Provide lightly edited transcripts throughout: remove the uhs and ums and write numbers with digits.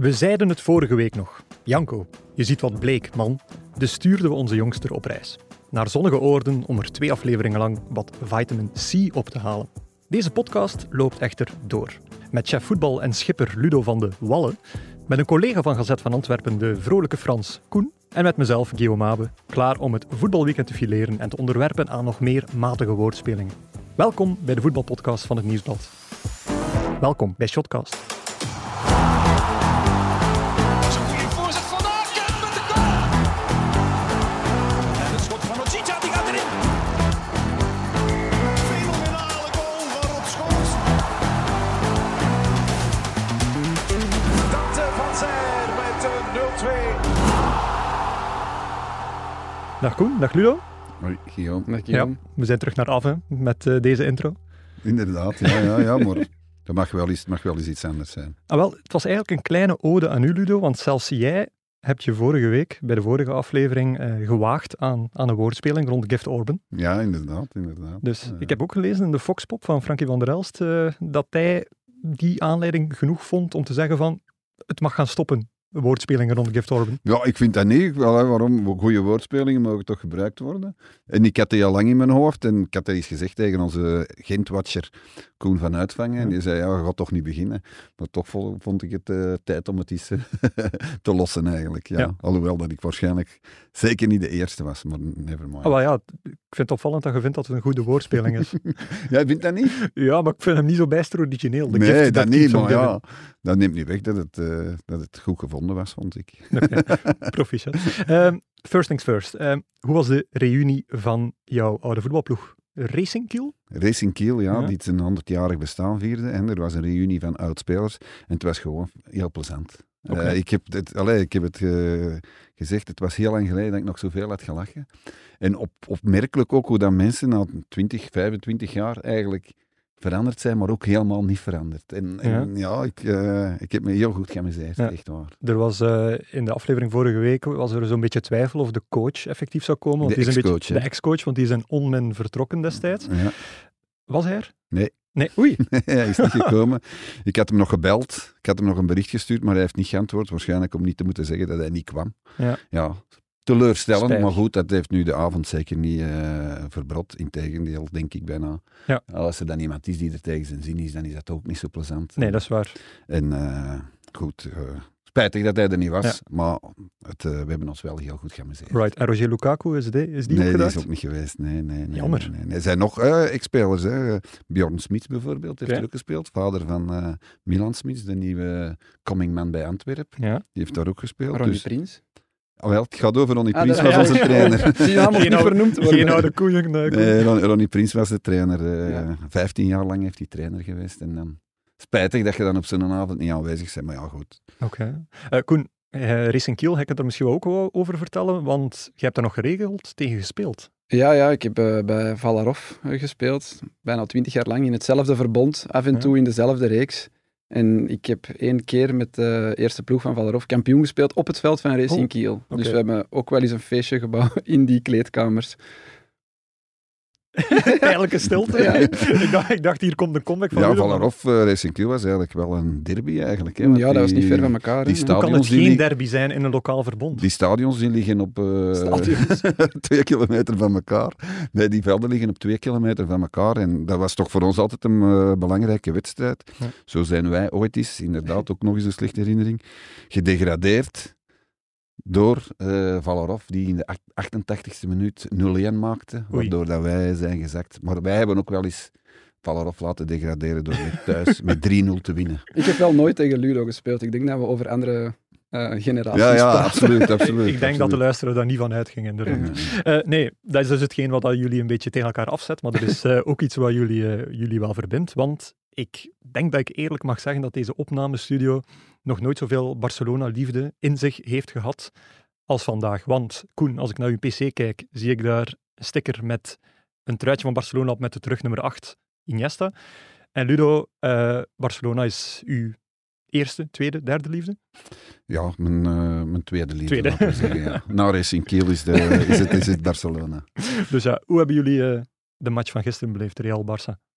We zeiden het vorige week nog. Janko, je ziet wat bleek, man. Dus stuurden we onze jongster op reis. Naar zonnige oorden om er 2 afleveringen lang wat vitamin C op te halen. Deze podcast loopt echter door. Met chef voetbal en schipper Ludo van de Wallen. Met een collega van Gazet van Antwerpen, de vrolijke Frans Koen. En met mezelf, Guillaume Mabe, klaar om het voetbalweekend te fileren en te onderwerpen aan nog meer matige woordspelingen. Welkom bij de voetbalpodcast van het Nieuwsblad. Welkom bij Shotcast. Dag Koen, dag Ludo. Hoi, Guillaume. Dag Guillaume. Ja, we zijn terug naar af met deze intro. Inderdaad, ja, maar dat mag wel eens iets anders zijn. Wel, het was eigenlijk een kleine ode aan u, Ludo, want zelfs jij hebt je vorige week, bij de vorige aflevering, gewaagd aan een woordspeling rond Gift Orban. Ja, inderdaad. Dus ik heb ook gelezen in de Foxpop van Frankie van der Elst dat hij die aanleiding genoeg vond om te zeggen van, het mag gaan stoppen. Woordspelingen rond Gift Orban. Ja, ik vind dat niet. Wel, waarom? Goede woordspelingen mogen toch gebruikt worden. En ik had die al lang in mijn hoofd. En ik had dat eens gezegd tegen onze Gent-watcher Koen van Uitvangen. En die zei, ja, je gaat toch niet beginnen. Maar toch vond ik het tijd om het eens te lossen eigenlijk. Ja. Alhoewel dat ik waarschijnlijk zeker niet de eerste was. Maar never mind. Oh, ja, ik vind het opvallend dat je vindt dat het een goede woordspeling is. Jij vindt dat niet? Ja, maar ik vind hem niet zo bijster origineel. Nee, dat niet. Maar ja, dat neemt niet weg dat het goed gevonden was, vond ik. Okay. Proficiat. First things first. Hoe was de reunie van jouw oude voetbalploeg? Racing Kiel? Racing Kiel, ja, die zijn 100-jarig bestaan vierde. En er was een reunie van oudspelers. En het was gewoon heel plezant. Okay. Ik heb het gezegd, het was heel lang geleden dat ik nog zoveel had gelachen. En opmerkelijk ook hoe dat mensen na 20, 25 jaar eigenlijk veranderd zijn, maar ook helemaal niet veranderd. Ik heb me heel goed geamuseerd, echt waar. Er was in de aflevering vorige week was er zo'n beetje twijfel of de coach effectief zou komen. Want de ex-coach, want die is in onmin vertrokken destijds. Ja. Was hij er? Nee, oei. Hij is niet gekomen. Ik had hem nog gebeld, ik had hem nog een bericht gestuurd, maar hij heeft niet geantwoord. Waarschijnlijk om niet te moeten zeggen dat hij niet kwam. Ja. Teleurstellend, Spijt. Maar goed, dat heeft nu de avond zeker niet verbrod. Integendeel, denk ik bijna. Ja. Als er dan iemand is die er tegen zijn zin is, dan is dat ook niet zo plezant. Nee, dat is waar. En goed, spijtig dat hij er niet was, maar we hebben ons wel heel goed geamuseerd. Right, en Roger Lukaku, is die Nee, opgedaagd? die is ook niet geweest. Nee. Jammer. Nee. Er zijn nog ex-spelers. Bjorn Smits bijvoorbeeld heeft er ook gespeeld. Vader van Milan Smits, de nieuwe coming man bij Antwerpen. Ja. Die heeft daar ook gespeeld. Ronnie Prins. Wel, het gaat over Ronnie Prins, was onze trainer. Die naam moet niet vernoemd worden. Geen oude koeien. Nee, Ronnie Prins was de trainer. 15 jaar lang heeft hij trainer geweest. En dan spijtig dat je dan op zo'n avond niet aanwezig bent, maar ja, goed. Oké. Koen, Racing Kiel, ga ik het er misschien ook over vertellen, want je hebt er nog geregeld tegen gespeeld. Ja, ik heb bij Valarov gespeeld. Bijna 20 jaar lang in hetzelfde verbond, af en toe in dezelfde reeks. En ik heb 1 keer met de eerste ploeg van Valarov kampioen gespeeld op het veld van Racing Kiel. Okay. Dus we hebben ook wel eens een feestje gebouwd in die kleedkamers. Eigenlijk een stilte. Ja. Ik dacht, hier komt een comeback van Valarov, Racing Kiel was eigenlijk wel een derby eigenlijk. Hè, ja, dat was niet ver van elkaar. Hoe kan het geen derby zijn in een lokaal verbond? Die stadions die liggen op 2 kilometer van elkaar. Nee, die velden liggen op 2 kilometer van elkaar. En dat was toch voor ons altijd een belangrijke wedstrijd. Ja. Zo zijn wij ooit eens, inderdaad ook nog eens een slechte herinnering, gedegradeerd door Valarov, die in de 88e minuut 0-1 maakte, waardoor dat wij zijn gezakt. Maar wij hebben ook wel eens Valarov laten degraderen door thuis met 3-0 te winnen. Ik heb wel nooit tegen Ludo gespeeld. Ik denk dat we over andere generaties Ja, absoluut. Ik denk dat de luisteraar daar niet van uitging. Nee, dat is dus hetgeen wat jullie een beetje tegen elkaar afzet, maar er is ook iets wat jullie wel verbindt, want ik denk dat ik eerlijk mag zeggen dat deze opnamestudio nog nooit zoveel Barcelona-liefde in zich heeft gehad als vandaag. Want, Koen, als ik naar uw pc kijk, zie ik daar een sticker met een truitje van Barcelona op met de terugnummer 8, Iniesta. En Ludo, Barcelona is uw eerste, tweede, derde liefde? Ja, mijn tweede liefde, laten we zeggen. Ja. Na Racing Kiel is het Barcelona. Dus ja, hoe hebben jullie de match van gisteren beleefd, Real Barça?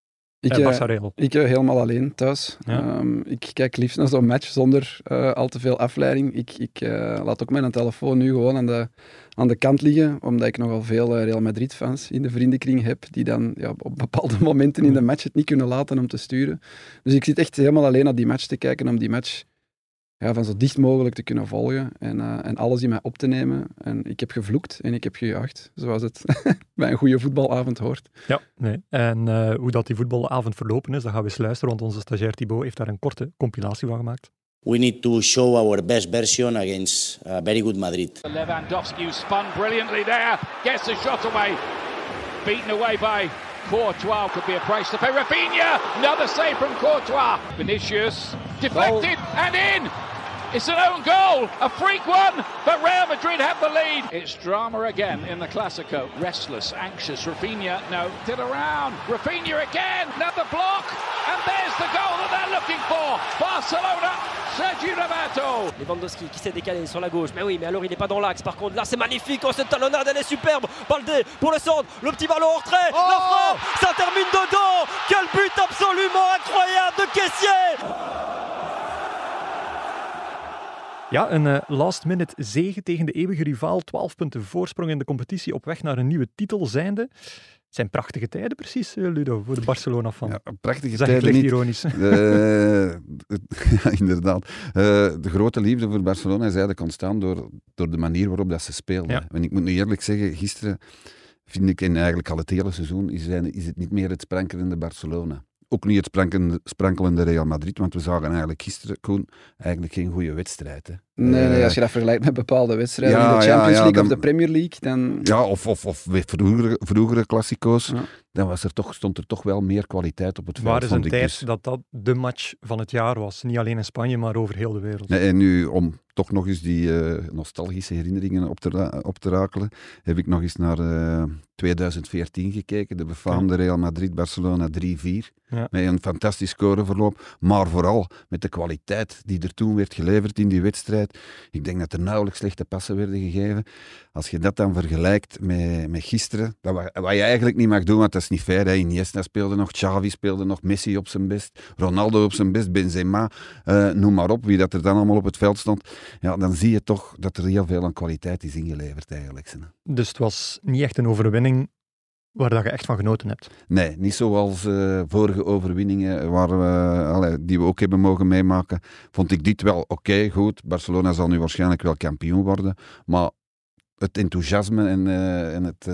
Barça-Real? Ik helemaal alleen thuis. Ja. Ik kijk liefst naar zo'n match zonder al te veel afleiding. Ik laat ook mijn telefoon nu gewoon aan de kant liggen, omdat ik nogal veel Real Madrid-fans in de vriendenkring heb, die dan op bepaalde momenten in de match het niet kunnen laten om te sturen. Dus ik zit echt helemaal alleen naar die match te kijken, om die match van zo dicht mogelijk te kunnen volgen en alles in mij op te nemen. En ik heb gevloekt en ik heb gejuicht, zoals het bij een goede voetbalavond hoort. Ja, nee. En hoe dat die voetbalavond verlopen is, dat gaan we eens luisteren, want onze stagiair Thibaut heeft daar een korte compilatie van gemaakt. We need to show our best version against a very good Madrid. Lewandowski spun brilliantly there, gets the shot away, beaten away by Courtois. Could be a price to pay. Rafinha, another save from Courtois. Vinicius deflected and in. It's an own goal, a freak one, but Real Madrid have the lead. It's drama again in the Clásico. Restless, anxious, Rafinha, no, still around. Rafinha again, another block, and there's the goal that they're looking for. Barcelona, Sergio Roberto. Lewandowski qui s'est décalé sur la gauche, mais oui, mais alors il n'est pas dans l'axe. Par contre, là c'est magnifique, oh cette talonnade, elle est superbe. Balde pour le centre, le petit ballon en retrait, la frappe, ça termine dedans. Quel but absolument incroyable de Kessié. Ja, een last-minute zege tegen de eeuwige rivaal. 12 punten voorsprong in de competitie op weg naar een nieuwe titel zijnde. Het zijn prachtige tijden precies, Ludo, voor de Barcelona-fan. Ja, prachtige zeg tijden ik niet. ironisch. Ja, inderdaad. De grote liefde voor Barcelona is eigenlijk ontstaan door de manier waarop dat ze speelden. Ja. En ik moet nu eerlijk zeggen, gisteren vind ik, en eigenlijk al het hele seizoen, is het niet meer het sprankelende Barcelona. Ook niet het sprankelende Real Madrid, want we zagen eigenlijk gisteren, Koen, eigenlijk geen goede wedstrijd. Hè. Nee, als je dat vergelijkt met bepaalde wedstrijden in de Champions League of de Premier League, dan... Ja, of vroegere klassico's, dan stond er toch wel meer kwaliteit op het veld. Waar is een tijd dat de match van het jaar was? Niet alleen in Spanje, maar over heel de wereld. Nee, en nu, om toch nog eens die nostalgische herinneringen op te rakelen, heb ik nog eens naar 2014 gekeken, de befaamde Real Madrid-Barcelona 3-4. Ja. Met een fantastisch scoreverloop, maar vooral met de kwaliteit die er toen werd geleverd in die wedstrijd. Ik denk dat er nauwelijks slechte passen werden gegeven. Als je dat dan vergelijkt met gisteren, wat je eigenlijk niet mag doen, want dat is niet fair. Hè. Iniesta speelde nog, Xavi speelde nog, Messi op zijn best, Ronaldo op zijn best, Benzema, noem maar op, wie dat er dan allemaal op het veld stond. Ja, dan zie je toch dat er heel veel aan kwaliteit is ingeleverd eigenlijk. Dus het was niet echt een overwinning waar dat je echt van genoten hebt? Nee, niet zoals vorige overwinningen die we ook hebben mogen meemaken. Vond ik dit wel oké, goed. Barcelona zal nu waarschijnlijk wel kampioen worden. Maar het enthousiasme en het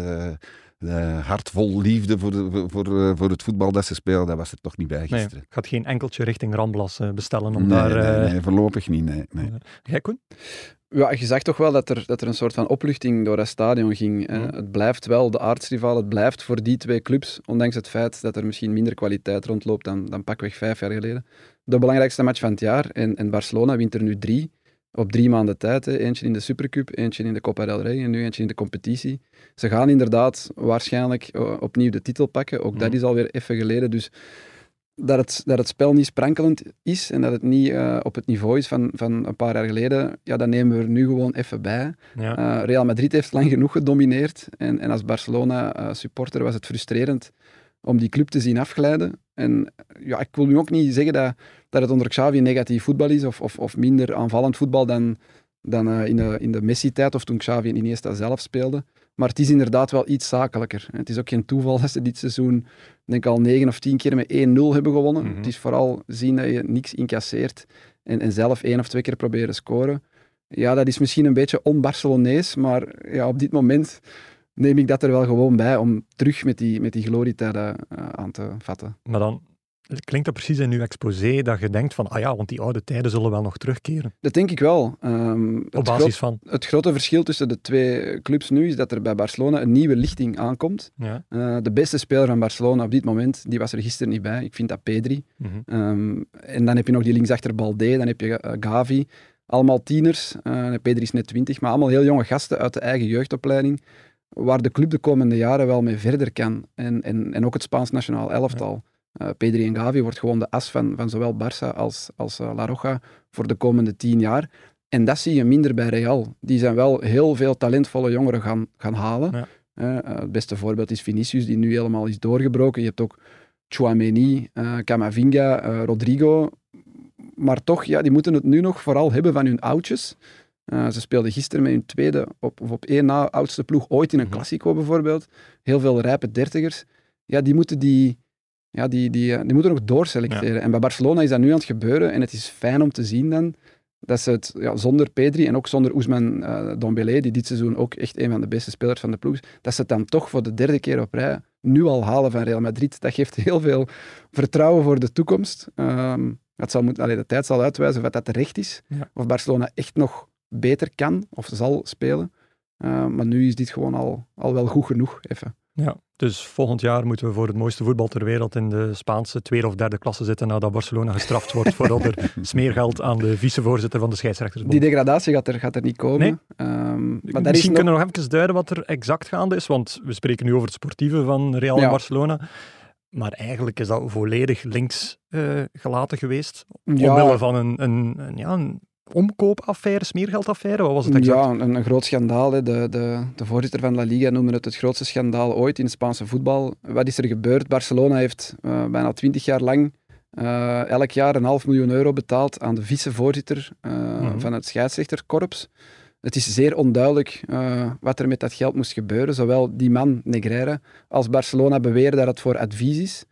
hart vol liefde voor het voetbal dat ze spelen, dat was er toch niet bij gisteren. Nee, ik had geen enkeltje richting Ramblas bestellen om Nee, voorlopig niet. Nee. Jij, Koen? Ja, je zag toch wel dat er een soort van opluchting door het stadion ging. Het blijft wel de aardsrivaal, het blijft voor die twee clubs, ondanks het feit dat er misschien minder kwaliteit rondloopt dan pakweg 5 jaar geleden. De belangrijkste match van het jaar, en Barcelona wint er nu 3, op 3 maanden tijd. Hè. Eentje in de Supercup, eentje in de Copa del Rey en nu eentje in de competitie. Ze gaan inderdaad waarschijnlijk opnieuw de titel pakken, ook dat is alweer even geleden, dus... Dat het spel niet sprankelend is en dat het niet op het niveau is van een paar jaar geleden, ja, dat nemen we er nu gewoon even bij. Ja. Real Madrid heeft lang genoeg gedomineerd en als Barcelona-supporter was het frustrerend om die club te zien afglijden. En ja, ik wil nu ook niet zeggen dat het onder Xavi negatief voetbal is of minder aanvallend voetbal dan in de Messi-tijd of toen Xavi en Iniesta zelf speelden. Maar het is inderdaad wel iets zakelijker. Het is ook geen toeval dat ze dit seizoen, denk al 9 of 10 keer met 1-0 hebben gewonnen. Mm-hmm. Het is vooral zien dat je niks incasseert en zelf 1 of 2 keer proberen scoren. Ja, dat is misschien een beetje on-Barcelonees, maar ja, op dit moment neem ik dat er wel gewoon bij om terug met die glorietijden aan te vatten. Maar dan klinkt dat precies in uw exposé dat je denkt van, want die oude tijden zullen wel nog terugkeren. Dat denk ik wel. Op basis van? Het grote verschil tussen de twee clubs nu is dat er bij Barcelona een nieuwe lichting aankomt. Ja. De beste speler van Barcelona op dit moment, die was er gisteren niet bij. Ik vind dat Pedri. Mm-hmm. En dan heb je nog die linksachter Balde, dan heb je Gavi. Allemaal tieners. Pedri is net 20, maar allemaal heel jonge gasten uit de eigen jeugdopleiding, waar de club de komende jaren wel mee verder kan. En ook het Spaans nationaal elftal. Ja. Pedri en Gavi wordt gewoon de as van zowel Barça als La Roja voor de komende 10 jaar. En dat zie je minder bij Real. Die zijn wel heel veel talentvolle jongeren gaan halen. Ja. Het beste voorbeeld is Vinicius, die nu helemaal is doorgebroken. Je hebt ook Tchouaméni, Camavinga, Rodrigo. Maar toch, ja, die moeten het nu nog vooral hebben van hun oudjes. Ze speelden gisteren met hun tweede op één na oudste ploeg ooit in een Classico bijvoorbeeld. Heel veel rijpe dertigers. Ja, die moeten die moeten nog doorselecteren. Ja. En bij Barcelona is dat nu aan het gebeuren. En het is fijn om te zien dan dat ze het zonder Pedri en ook zonder Ousmane Dembélé, die dit seizoen ook echt een van de beste spelers van de ploeg is, dat ze het dan toch voor de derde keer op rij nu al halen van Real Madrid. Dat geeft heel veel vertrouwen voor de toekomst. De tijd zal uitwijzen of dat terecht is. Ja. Of Barcelona echt nog beter kan of zal spelen. Maar nu is dit gewoon al wel goed genoeg. Even. Ja, dus volgend jaar moeten we voor het mooiste voetbal ter wereld in de Spaanse tweede of derde klasse zitten nadat Barcelona gestraft wordt voor al er smeergeld aan de vicevoorzitter van de scheidsrechtersbond. Die degradatie gaat er niet komen. Nee? Maar misschien kunnen we nog even duiden wat er exact gaande is, want we spreken nu over het sportieve van Real en Barcelona. Maar eigenlijk is dat volledig links gelaten geweest. Omwille van een omkoopaffaire, smeergeldaffaire. Wat was het exact? Ja, een groot schandaal. Hè. De voorzitter van La Liga noemde het grootste schandaal ooit in het Spaanse voetbal. Wat is er gebeurd? Barcelona heeft bijna 20 jaar lang elk jaar €500.000 betaald aan de vicevoorzitter van het scheidsrechterkorps. Het is zeer onduidelijk wat er met dat geld moest gebeuren. Zowel die man, Negreira, als Barcelona beweren dat het voor advies is.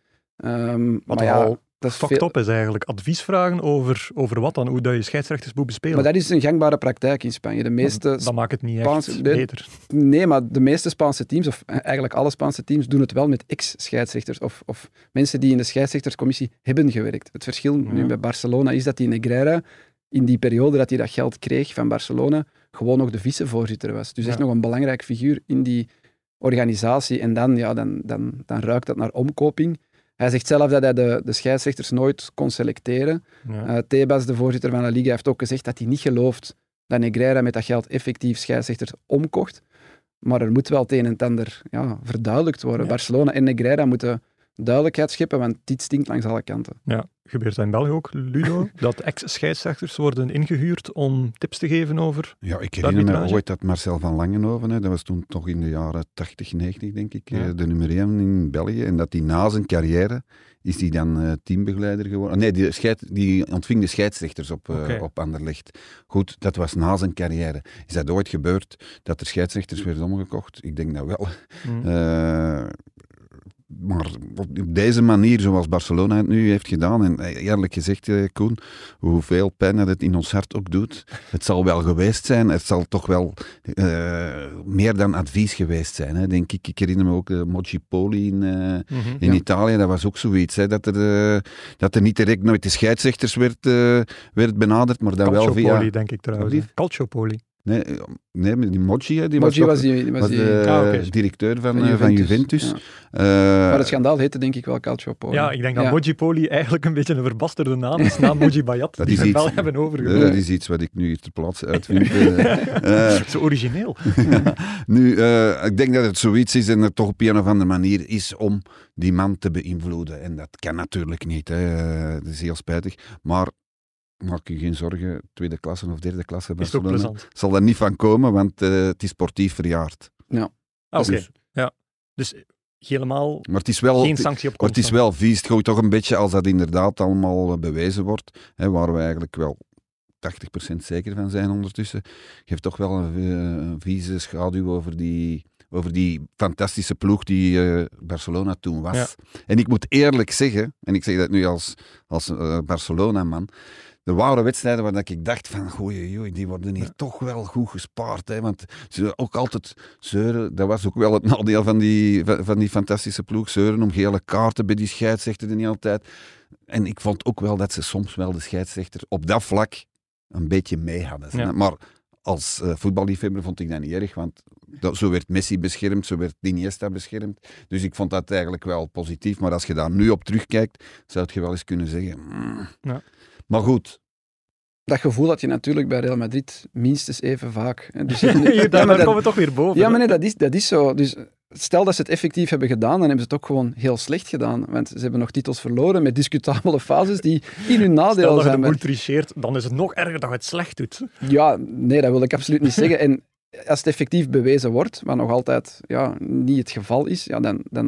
Dat fucked up is eigenlijk. Advies vragen over wat dan? Hoe dat je scheidsrechters moet bespelen. Maar dat is een gangbare praktijk in Spanje. Dat maakt het niet echt beter. Nee, maar de meeste Spaanse teams, of eigenlijk alle Spaanse teams, doen het wel met ex-scheidsrechters of mensen die in de scheidsrechterscommissie hebben gewerkt. Het verschil nu bij Barcelona is dat die Negreira in die periode dat hij dat geld kreeg van Barcelona gewoon nog de vicevoorzitter was. Dus echt nog een belangrijk figuur in die organisatie. En dan ruikt dat naar omkoping. Hij zegt zelf dat hij de scheidsrechters nooit kon selecteren. Ja. Tebas, de voorzitter van La Liga, heeft ook gezegd dat hij niet gelooft dat Negreira met dat geld effectief scheidsrechters omkocht. Maar er moet wel het een en het ander verduidelijkt worden. Ja. Barcelona en Negreira moeten duidelijkheid scheppen, want dit stinkt langs alle kanten. Ja, gebeurt dat in België ook, Ludo? Dat ex-scheidsrechters worden ingehuurd om tips te geven over... Ja, ik herinner me ooit dat Marcel van Langenhoven, dat was toen toch in de jaren 80, 90, denk ik, de nummer 1 in België, en dat hij na zijn carrière is hij dan teambegeleider geworden. Nee, die ontving de scheidsrechters op Anderlecht. Goed, dat was na zijn carrière. Is dat ooit gebeurd dat er scheidsrechters werden omgekocht? Ik denk dat wel. Maar op deze manier, zoals Barcelona het nu heeft gedaan, en eerlijk gezegd, Koen, hoeveel pijn dat het in ons hart ook doet, het zal wel geweest zijn, het zal toch wel meer dan advies geweest zijn, hè, denk ik. Ik herinner me ook Moggi Poli in Italië, dat was ook zoiets, hè, dat er niet direct nooit de scheidsrechters werd benaderd, maar dan wel via... Calciopoli, denk ik trouwens. Calciopoli. Nee, die Moggi, die was directeur van Juventus. Ja. Maar het schandaal heette denk ik wel Calciopoli. Ja, ik denk dat Moggi Poli eigenlijk een beetje een verbasterde naam is, na Moggi Bayat, die we wel hebben overgenomen. Dat is iets wat ik nu hier ter plaatse uitvind. Zo origineel. Nu, ik denk dat het zoiets is en het toch op een of andere manier is om die man te beïnvloeden. En dat kan natuurlijk niet. Hè. Dat is heel spijtig. Maar maak je geen zorgen, tweede klasse of derde klasse Barcelona zal er niet van komen, want het is sportief verjaard. Ja. Oké. Ja. Dus helemaal maar het is wel, geen sanctie op komst. Maar het is wel vies. Het gooit toch een beetje als dat inderdaad allemaal bewezen wordt, hè, waar we eigenlijk wel 80% zeker van zijn ondertussen, geeft toch wel een vieze schaduw over die fantastische ploeg die Barcelona toen was. Ja. En ik moet eerlijk zeggen, en ik zeg dat nu als Barcelona-man, er waren wedstrijden waar ik dacht van, goeie, die worden hier toch wel goed gespaard. Hè, want ze ook altijd zeuren, dat was ook wel het nadeel van die fantastische ploeg, zeuren om gele kaarten bij die scheidsrechter niet altijd. En ik vond ook wel dat ze soms wel de scheidsrechter op dat vlak een beetje mee hadden. Ja. Maar als voetballiefhebber vond ik dat niet erg, want zo werd Messi beschermd, zo werd Iniesta beschermd. Dus ik vond dat eigenlijk wel positief. Maar als je daar nu op terugkijkt, zou je wel eens kunnen zeggen... Ja. Maar goed. Dat gevoel had je natuurlijk bij Real Madrid minstens even vaak. Dus daar komen we toch weer boven. Ja, maar nee, dat is zo. Dus stel dat ze het effectief hebben gedaan, dan hebben ze het ook gewoon heel slecht gedaan. Want ze hebben nog titels verloren met discutabele fases die in hun nadeel zijn. Stel dat je de boel tricheert, dan is het nog erger dat je het slecht doet. Ja, nee, dat wil ik absoluut niet zeggen. En als het effectief bewezen wordt, wat nog altijd niet het geval is, dan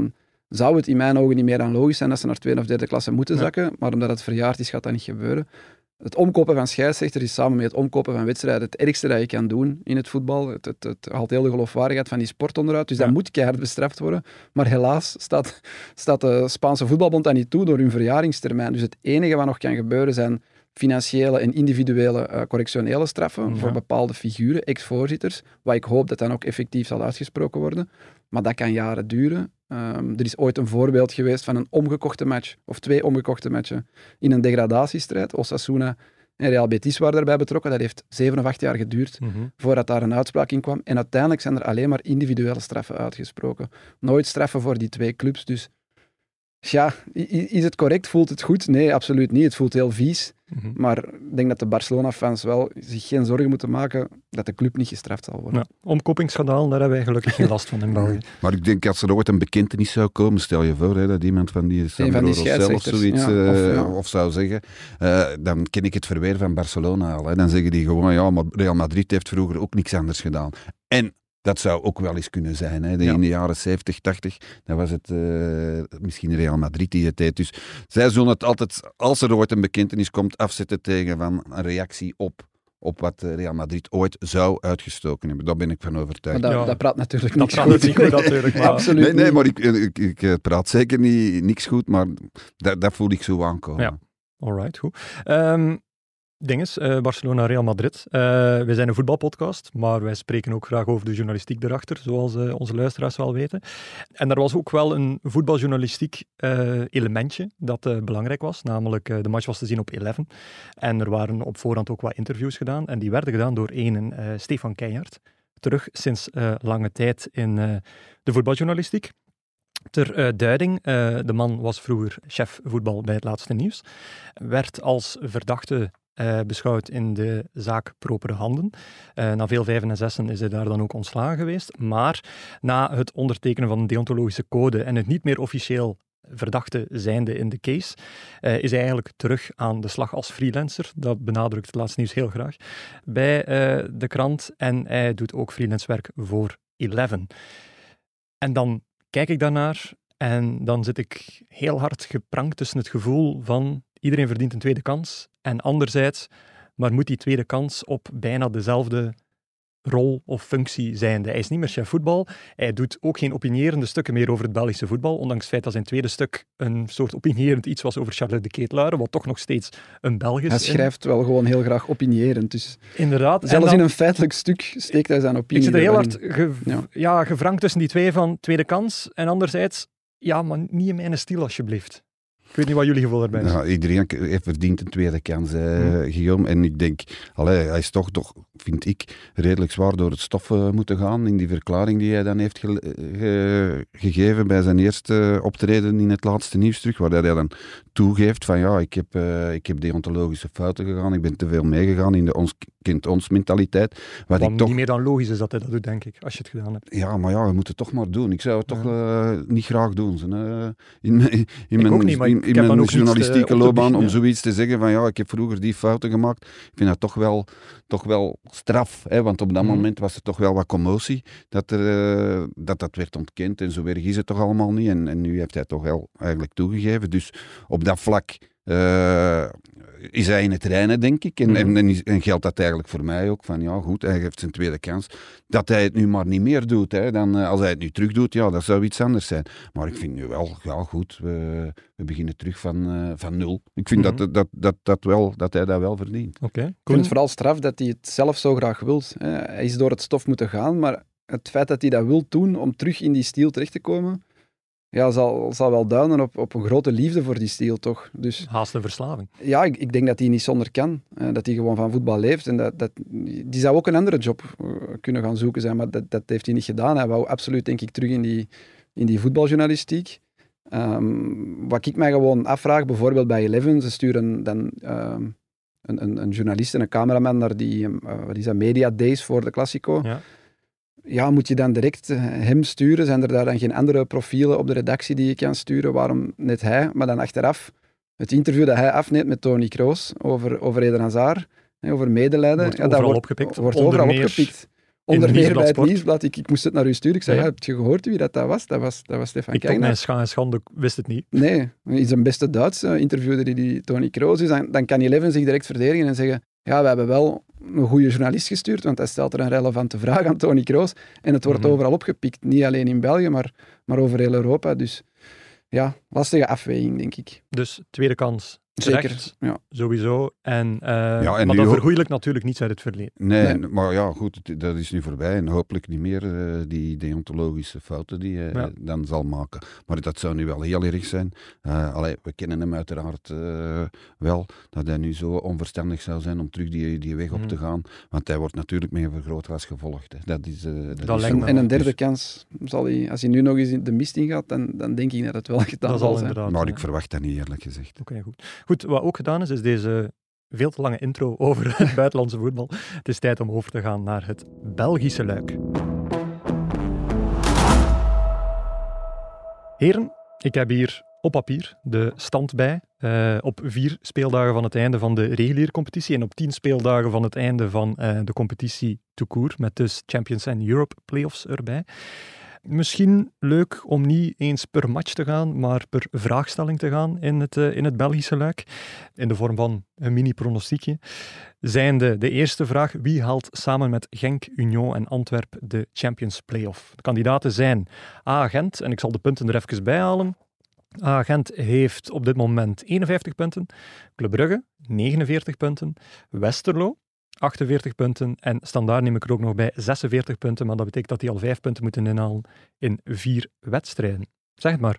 zou het in mijn ogen niet meer dan logisch zijn dat ze naar tweede of derde klasse moeten zakken, maar omdat het verjaard is, gaat dat niet gebeuren. Het omkopen van scheidsrechters is samen met het omkopen van wedstrijden het ergste dat je kan doen in het voetbal. Het haalt heel de geloofwaardigheid van die sport onderuit, dus dat moet keihard bestraft worden. Maar helaas staat de Spaanse voetbalbond dat niet toe door hun verjaringstermijn. Dus het enige wat nog kan gebeuren zijn financiële en individuele correctionele straffen voor bepaalde figuren, ex-voorzitters, wat ik hoop dat dan ook effectief zal uitgesproken worden. Maar dat kan jaren duren. Er is ooit een voorbeeld geweest van een omgekochte match, of 2 omgekochte matchen, in een degradatiestrijd. Osasuna en Real Betis waren daarbij betrokken. Dat heeft 7 of 8 jaar geduurd voordat daar een uitspraak in kwam. En uiteindelijk zijn er alleen maar individuele straffen uitgesproken. Nooit straffen voor die 2 clubs. Dus ja, is het correct? Voelt het goed? Nee, absoluut niet. Het voelt heel vies. Maar ik denk dat de Barcelona-fans wel zich geen zorgen moeten maken dat de club niet gestraft zal worden. Ja, omkopingsschandaal, daar hebben wij gelukkig geen last van in België. Maar ik denk, als er ooit een bekentenis zou komen, stel je voor dat iemand van die Sandro zelf zoiets of zou zeggen, dan ken ik het verweer van Barcelona al. Hè. Dan zeggen die gewoon, ja, maar Real Madrid heeft vroeger ook niks anders gedaan. En dat zou ook wel eens kunnen zijn. Hè. In de jaren 70, 80, dan was het misschien Real Madrid die het deed. Dus zij zullen het altijd, als er ooit een bekentenis komt, afzetten tegen van een reactie op wat Real Madrid ooit zou uitgestoken hebben. Daar ben ik van overtuigd. Maar dat praat natuurlijk niks goed. goed. Natuurlijk, maar absoluut nee, maar ik praat zeker niks goed, maar dat voel ik zo aankomen. Ja, alright, goed. Dinges, Barcelona, Real Madrid. Wij zijn een voetbalpodcast, maar wij spreken ook graag over de journalistiek erachter, zoals onze luisteraars wel weten. En er was ook wel een voetbaljournalistiek elementje dat belangrijk was, namelijk de match was te zien op 11. En er waren op voorhand ook wat interviews gedaan, en die werden gedaan door een Stefan Keijert, terug sinds lange tijd in de voetbaljournalistiek. Ter duiding, de man was vroeger chef voetbal bij Het Laatste Nieuws, werd als verdachte beschouwd in de zaak Propere Handen. Na veel 5 en 6 is hij daar dan ook ontslagen geweest. Maar na het ondertekenen van een deontologische code en het niet meer officieel verdachte zijnde in de case, is hij eigenlijk terug aan de slag als freelancer. Dat benadrukt Het Laatste Nieuws heel graag bij de krant. En hij doet ook freelance werk voor 11. En dan kijk ik daarnaar en dan zit ik heel hard geprankt tussen het gevoel van iedereen verdient een tweede kans. En anderzijds, maar moet die tweede kans op bijna dezelfde rol of functie zijnde. Hij is niet meer chef voetbal. Hij doet ook geen opinierende stukken meer over het Belgische voetbal, ondanks het feit dat zijn tweede stuk een soort opinierend iets was over Charles de Ketelaere, wat toch nog steeds een Belg is. Hij schrijft wel gewoon heel graag opinierend. Dus inderdaad. Zelfs dan, in een feitelijk stuk steekt hij zijn opinie. Ik zit er heel hard gevrankt tussen die twee van tweede kans en anderzijds, ja, maar niet in mijn stil alsjeblieft. Ik weet niet wat jullie gevoel daarbij is. Ja, iedereen heeft verdient een tweede kans, Guillaume. En ik denk, hij is toch, vind ik, redelijk zwaar door het stof moeten gaan in die verklaring die hij dan heeft gegeven bij zijn eerste optreden in Het Laatste Nieuws terug, waar hij dan toegeeft van ja, ik heb deontologische fouten gegaan, ik ben te veel meegegaan in de ons mentaliteit. Wat niet meer dan logisch is dat hij dat doet, denk ik, als je het gedaan hebt. Ja, maar ja, we moeten het toch maar doen. Ik zou het toch niet graag doen. In mijn journalistieke loopbaan om zoiets te zeggen van ja, ik heb vroeger die fouten gemaakt. Ik vind dat toch wel straf, hè, want op dat moment was er toch wel wat commotie dat werd ontkend en zo erg is het toch allemaal niet. En nu heeft hij toch wel eigenlijk toegegeven. Dus op dat vlak is hij in het reinen, denk ik. En geldt dat eigenlijk voor mij ook. Van ja, goed, hij heeft zijn tweede kans. Dat hij het nu maar niet meer doet. Hè. Dan, als hij het nu terug doet, ja, dat zou iets anders zijn. Maar ik vind nu wel, ja goed, we beginnen terug van nul. Ik vind dat hij dat wel verdient. Okay. Ik vind het vooral straf dat hij het zelf zo graag wil. Hij is door het stof moeten gaan, maar het feit dat hij dat wil doen om terug in die stijl terecht te komen, ja, zal wel duiden op een grote liefde voor die stijl, toch? Dus, haast een verslaving. Ja, ik denk dat hij niet zonder kan. Dat hij gewoon van voetbal leeft. En die zou ook een andere job kunnen gaan zoeken zijn, maar dat heeft hij niet gedaan. Hij wou absoluut, denk ik, terug in die voetbaljournalistiek. Wat ik mij gewoon afvraag, bijvoorbeeld bij Eleven, ze sturen dan een journalist en een cameraman naar die Media Days voor de Classico. Ja, moet je dan direct hem sturen? Zijn er daar dan geen andere profielen op de redactie die je kan sturen? Waarom net hij? Maar dan achteraf, het interview dat hij afneemt met Toni Kroos over Eden Hazard, over medelijden. Wordt overal opgepikt. Wordt overal opgepikt. Onder meer bij het Nieuwsblad Nieuwsblad. Ik moest het naar u sturen. Ik zei, Ja. heb je gehoord wie dat was? Dat was Stefan Ik tot Kegner. mijn schande wist het niet. Nee, in zijn beste Duits interviewde die Tony Kroos. Dus dan kan Eleven zich direct verdedigen en zeggen, ja, we hebben wel een goede journalist gestuurd, want hij stelt er een relevante vraag aan Tony Kroos. En het wordt overal opgepikt. Niet alleen in België, maar over heel Europa. Dus ja, lastige afweging, denk ik. Dus tweede kans. Zeker, Terecht, ja. sowieso. En en maar nu dat ook- vergoeilijkt natuurlijk niets uit het verleden. Nee, maar ja, goed, dat is nu voorbij. En hopelijk niet meer die deontologische fouten die hij dan zal maken. Maar dat zou nu wel heel erg zijn. We kennen hem uiteraard wel, dat hij nu zo onverstandig zou zijn om terug die weg op te gaan. Want hij wordt natuurlijk met een vergrootglas gevolgd. Hè. Dat is lijkt me En een derde dus- kans zal hij, als hij nu nog eens in de mist ingaat, dan denk ik dat het wel gedaan Dat zal zal zijn. inderdaad. Maar ik verwacht dat niet, eerlijk gezegd. Oké, goed. Goed, wat ook gedaan is deze veel te lange intro over het buitenlandse voetbal. Het is tijd om over te gaan naar het Belgische luik. Heren, ik heb hier op papier de stand bij. Op 4 speeldagen van het einde van de reguliere competitie en op 10 speeldagen van het einde van de competitie tout court, met dus Champions en Europe playoffs erbij. Misschien leuk om niet eens per match te gaan, maar per vraagstelling te gaan in het Belgische luik. In de vorm van een mini-pronostiekje. Zijnde de eerste vraag: wie haalt samen met Genk, Union en Antwerp de Champions Playoff? De kandidaten zijn A. Gent, en ik zal de punten er even bij halen. A. Gent heeft op dit moment 51 punten. Club Brugge 49 punten. Westerlo 48 punten en Standaard neem ik er ook nog bij 46 punten, maar dat betekent dat die al 5 punten moeten inhalen in 4 wedstrijden. Zeg het maar.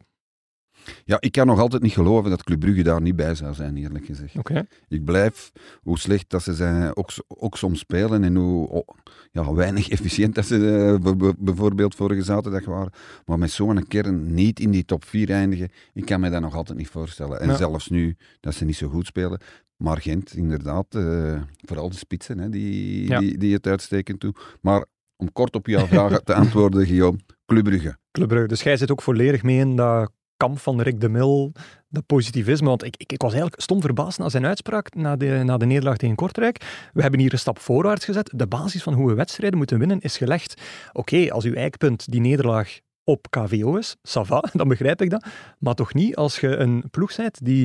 Ja, ik kan nog altijd niet geloven dat Club Brugge daar niet bij zou zijn, eerlijk gezegd. Oké. Ik blijf, hoe slecht dat ze zijn, ook soms spelen en hoe weinig efficiënt dat ze bijvoorbeeld vorige zaterdag waren. Maar met zo'n kern niet in die top 4 eindigen, ik kan me dat nog altijd niet voorstellen. En zelfs nu dat ze niet zo goed spelen. Maar Gent, inderdaad, vooral de spitsen hè, die het uitstekend doen. Maar om kort op jouw vraag te antwoorden, Guillaume, Club Brugge. Club Brugge. Dus jij zit ook volledig mee in dat kamp van Rick de Mil, dat positivisme. Want ik was eigenlijk stom verbaasd na zijn uitspraak na de nederlaag tegen Kortrijk. We hebben hier een stap voorwaarts gezet. De basis van hoe we wedstrijden moeten winnen is gelegd. Oké, als uw eikpunt die nederlaag op KVO is, ça va, dan begrijp ik dat. Maar toch niet als je een ploeg bent die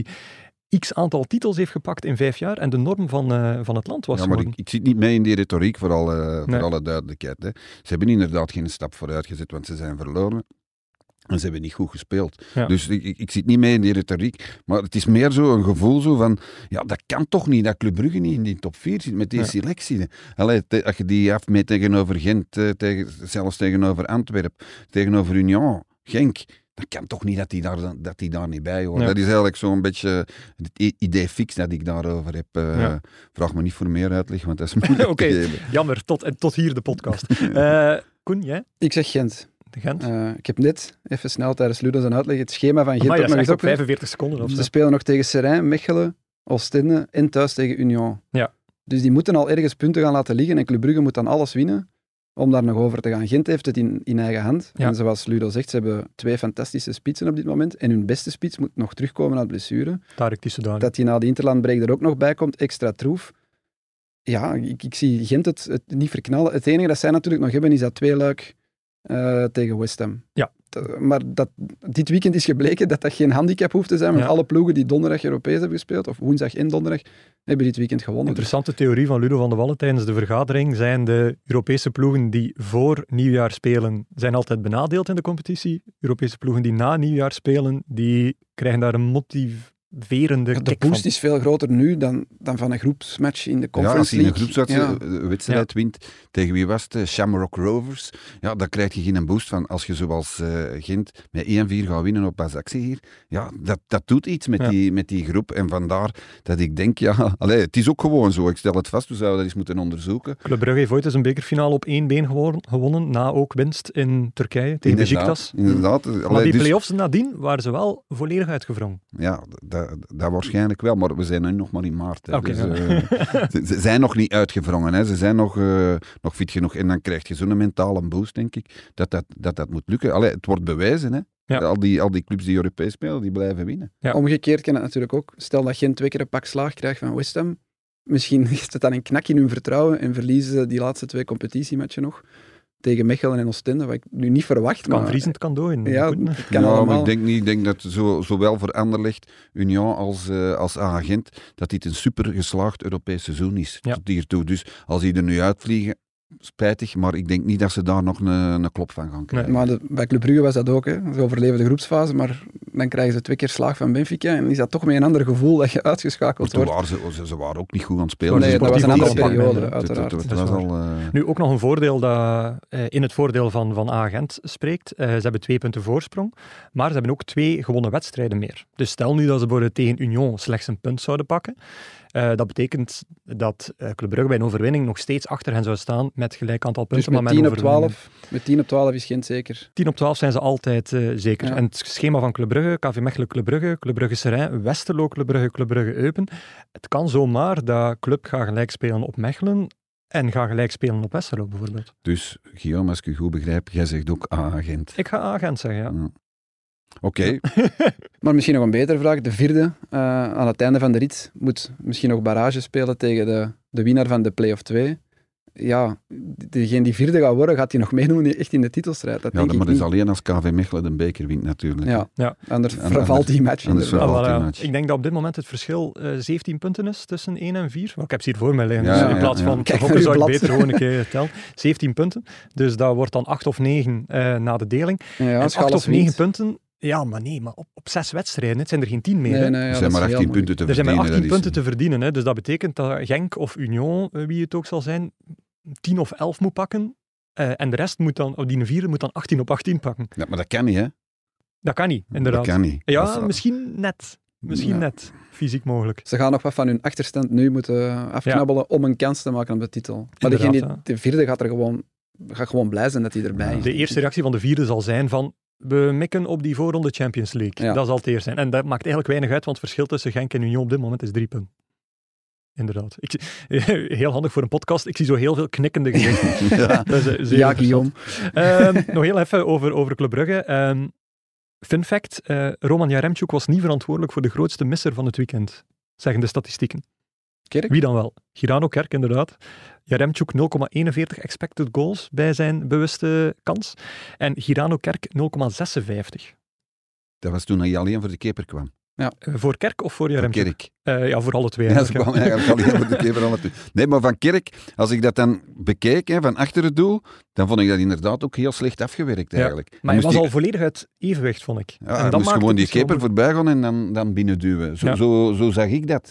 x aantal titels heeft gepakt in 5 jaar en de norm van het land was. Ja, maar ik zit niet mee in die retoriek, voor alle duidelijkheid. Hè. Ze hebben inderdaad geen stap vooruit gezet, want ze zijn verloren. En ze hebben niet goed gespeeld. Ja. Dus ik zit niet mee in die retoriek. Maar het is meer zo een gevoel zo van... Ja, dat kan toch niet, dat Club Brugge niet in die top 4 zit met die selectie. Allee, als je die afmeet tegenover Gent, zelfs tegenover Antwerpen, tegenover Union, Genk... Dat kan toch niet dat die daar niet bij hoort. Ja. Dat is eigenlijk zo'n beetje het idee fix dat ik daarover heb. Vraag me niet voor meer uitleg, want dat is moeilijk te geven. Jammer, tot hier de podcast. Koen, jij? Ik zeg Gent. Gent? Ik heb net even snel tijdens Ludo zijn uitleg het schema van Gent nog eens op 45 seconden. Of ze spelen nog tegen Seraing, Mechelen, Oostende en thuis tegen Union. Ja. Dus die moeten al ergens punten gaan laten liggen en Club Brugge moet dan alles winnen om daar nog over te gaan. Gent heeft het in eigen hand. Ja. En zoals Ludo zegt, ze hebben 2 fantastische spitsen op dit moment. En hun beste spits moet nog terugkomen uit blessure. Tarek Tissoudali. Dat hij na de interlandbreak er ook nog bij komt, extra troef. Ja, ik zie Gent het niet verknallen. Het enige dat zij natuurlijk nog hebben, is dat 2-luik tegen West Ham. Ja. Maar dit weekend is gebleken dat geen handicap hoeft te zijn, want alle ploegen die donderdag Europees hebben gespeeld, of woensdag en donderdag, hebben dit weekend gewonnen. Interessante theorie van Ludo van de Wallen tijdens de vergadering zijn de Europese ploegen die voor nieuwjaar spelen, zijn altijd benadeeld in de competitie. Europese ploegen die na nieuwjaar spelen, die krijgen daar een motiverende de boost is veel groter nu dan van een groepsmatch in de Conference League. Als je in een groepswedstrijd wint, tegen wie was het? Shamrock Rovers. Ja, dan krijg je geen boost van als je zoals Gent met 1-4 gaat winnen op Ajaxie hier. Ja, dat doet iets met die groep. En vandaar dat ik denk, het is ook gewoon zo. Ik stel het vast, we zouden dat eens moeten onderzoeken. Club Brugge heeft ooit eens een bekerfinale op 1 been gewonnen, na ook winst in Turkije tegen Beşiktaş. Inderdaad. Maar die play-offs nadien waren ze wel volledig uitgewrongen. Ja, dat waarschijnlijk wel, maar we zijn nu nog maar in maart. Okay, dus, ze zijn nog niet uitgewrongen. Hè. Ze zijn nog fit genoeg. En dan krijg je zo'n mentale boost, denk ik, dat moet lukken. Allee, het wordt bewijzen. Hè. Ja. Al die clubs die Europees spelen, die blijven winnen. Ja. Omgekeerd kan het natuurlijk ook. Stel dat Gent 2 keer een pak slaag krijgt van West Ham. misschien is het dan een knak in hun vertrouwen en verliezen ze die laatste 2 competitiematchen nog. Tegen Mechelen en Oostende, wat ik nu niet verwacht. Het kan vriezen, het kan dooien. Ja, het kan maar ik denk dat zowel voor Anderlecht, Union als Agent, dat dit een super geslaagd Europees seizoen is. Ja. Tot hiertoe. Dus als die er nu uitvliegen, spijtig, maar ik denk niet dat ze daar nog een klop van gaan krijgen. Maar bij Club Brugge was dat ook. Hè. Ze overleven de groepsfase, maar dan krijgen ze 2 keer slaag van Benfica en is dat toch met een ander gevoel dat je uitgeschakeld wordt. Ze waren ook niet goed aan het spelen. Nee, dat was een andere periode, nee, uiteraard. Het was al, Nu ook nog een voordeel dat in het voordeel van Agent spreekt. Ze hebben 2 punten voorsprong, maar ze hebben ook 2 gewonnen wedstrijden meer. Dus stel nu dat ze bijvoorbeeld tegen Union slechts een punt zouden pakken. Dat betekent dat Club Brugge bij een overwinning nog steeds achter hen zou staan met gelijk aantal punten. Dus met 10 op 12 is Gent zeker. 10 op 12 zijn ze altijd zeker. Ja. En het schema van Club Brugge, KV Mechelen Club Brugge, Club Brugge Seraing, Westerlo Club Brugge Eupen. Het kan zomaar dat Club gaat gelijk spelen op Mechelen en gaat gelijk spelen op Westerlo bijvoorbeeld. Dus, Guillaume, als ik u goed begrijp, jij zegt ook Agent. Ik ga Agent zeggen, ja. Oké. Maar misschien nog een betere vraag. De 4e, aan het einde van de rit, moet misschien nog barrage spelen tegen de winnaar van de play-off 2. Ja, degene die 4e gaat worden, gaat hij nog meedoen echt in de titelstrijd? Dat denk Maar ik dat is niet. alleen als KV Mechelen de beker wint natuurlijk. Ja. Anders vervalt die match. Anders inderdaad. vervalt die Voilà, match. ik denk dat op dit moment het verschil 17 punten is tussen 1 en 4. Maar ik heb ze hier voor mij liggen, Ja, dus in plaats van Kijk gokken naar zou uw ik blad. beter gewoon een keer tellen. 17 punten, dus dat wordt dan 8 of 9 na de deling. Ja, En als 8 alles of 9 wint. punten, ja, maar nee, maar op 6 wedstrijden, het zijn er geen 10 meer. hè. Nee, ja, Er dat zijn is maar heel 18 moeilijk. punten te Er zijn maar verdienen. 18 dat is- punten te verdienen, hè. Dus dat betekent dat Genk of Union, wie het ook zal zijn, 10 of 11 moet pakken. En de rest moet dan, of die 4 moet dan 18 op 18 pakken. Ja, maar dat kan niet, hè? Dat kan niet, inderdaad. Dat kan niet. Ja, Dat is- misschien net. Misschien Ja. net. Fysiek mogelijk. Ze gaan nog wat van hun achterstand nu moeten afknabbelen om een kans te maken op de titel. Maar Inderdaad, degene die de 4e gaat gewoon blij zijn dat hij erbij is. De eerste reactie van de 4e zal zijn van we mikken op die voorronde Champions League. Ja. Dat zal het eerst zijn. En dat maakt eigenlijk weinig uit, want het verschil tussen Genk en Union op dit moment is 3 punten. Inderdaad. Heel handig voor een podcast. Ik zie zo heel veel knikkende gezichten. Ja. Dat is, zeer Ja, interessant. Guillaume. Nog heel even over Club Brugge. Fun fact, Roman Jaremchuk was niet verantwoordelijk voor de grootste misser van het weekend, zeggen de statistieken. Kerk? Wie dan wel? Girano Kerk, inderdaad. Jaremchuk 0,41 expected goals bij zijn bewuste kans. En Girano Kerk 0,56. Dat was toen hij alleen voor de keeper kwam. Voor Kerk of voor Van Jaremchuk? Kerk. Ja, voor alle twee. Ja, ze eigenlijk, kwam eigenlijk alleen voor de keeper. Alle twee. Nee, maar van Kerk, als ik dat dan bekeek, van achter het doel, dan vond ik dat inderdaad ook heel slecht afgewerkt eigenlijk. Maar hij was al volledig uit evenwicht, vond ik. Ja, en hij dat moest maakt gewoon het die misschien keeper wel voorbij gaan en dan binnenduwen. Ja. Zo zag ik dat.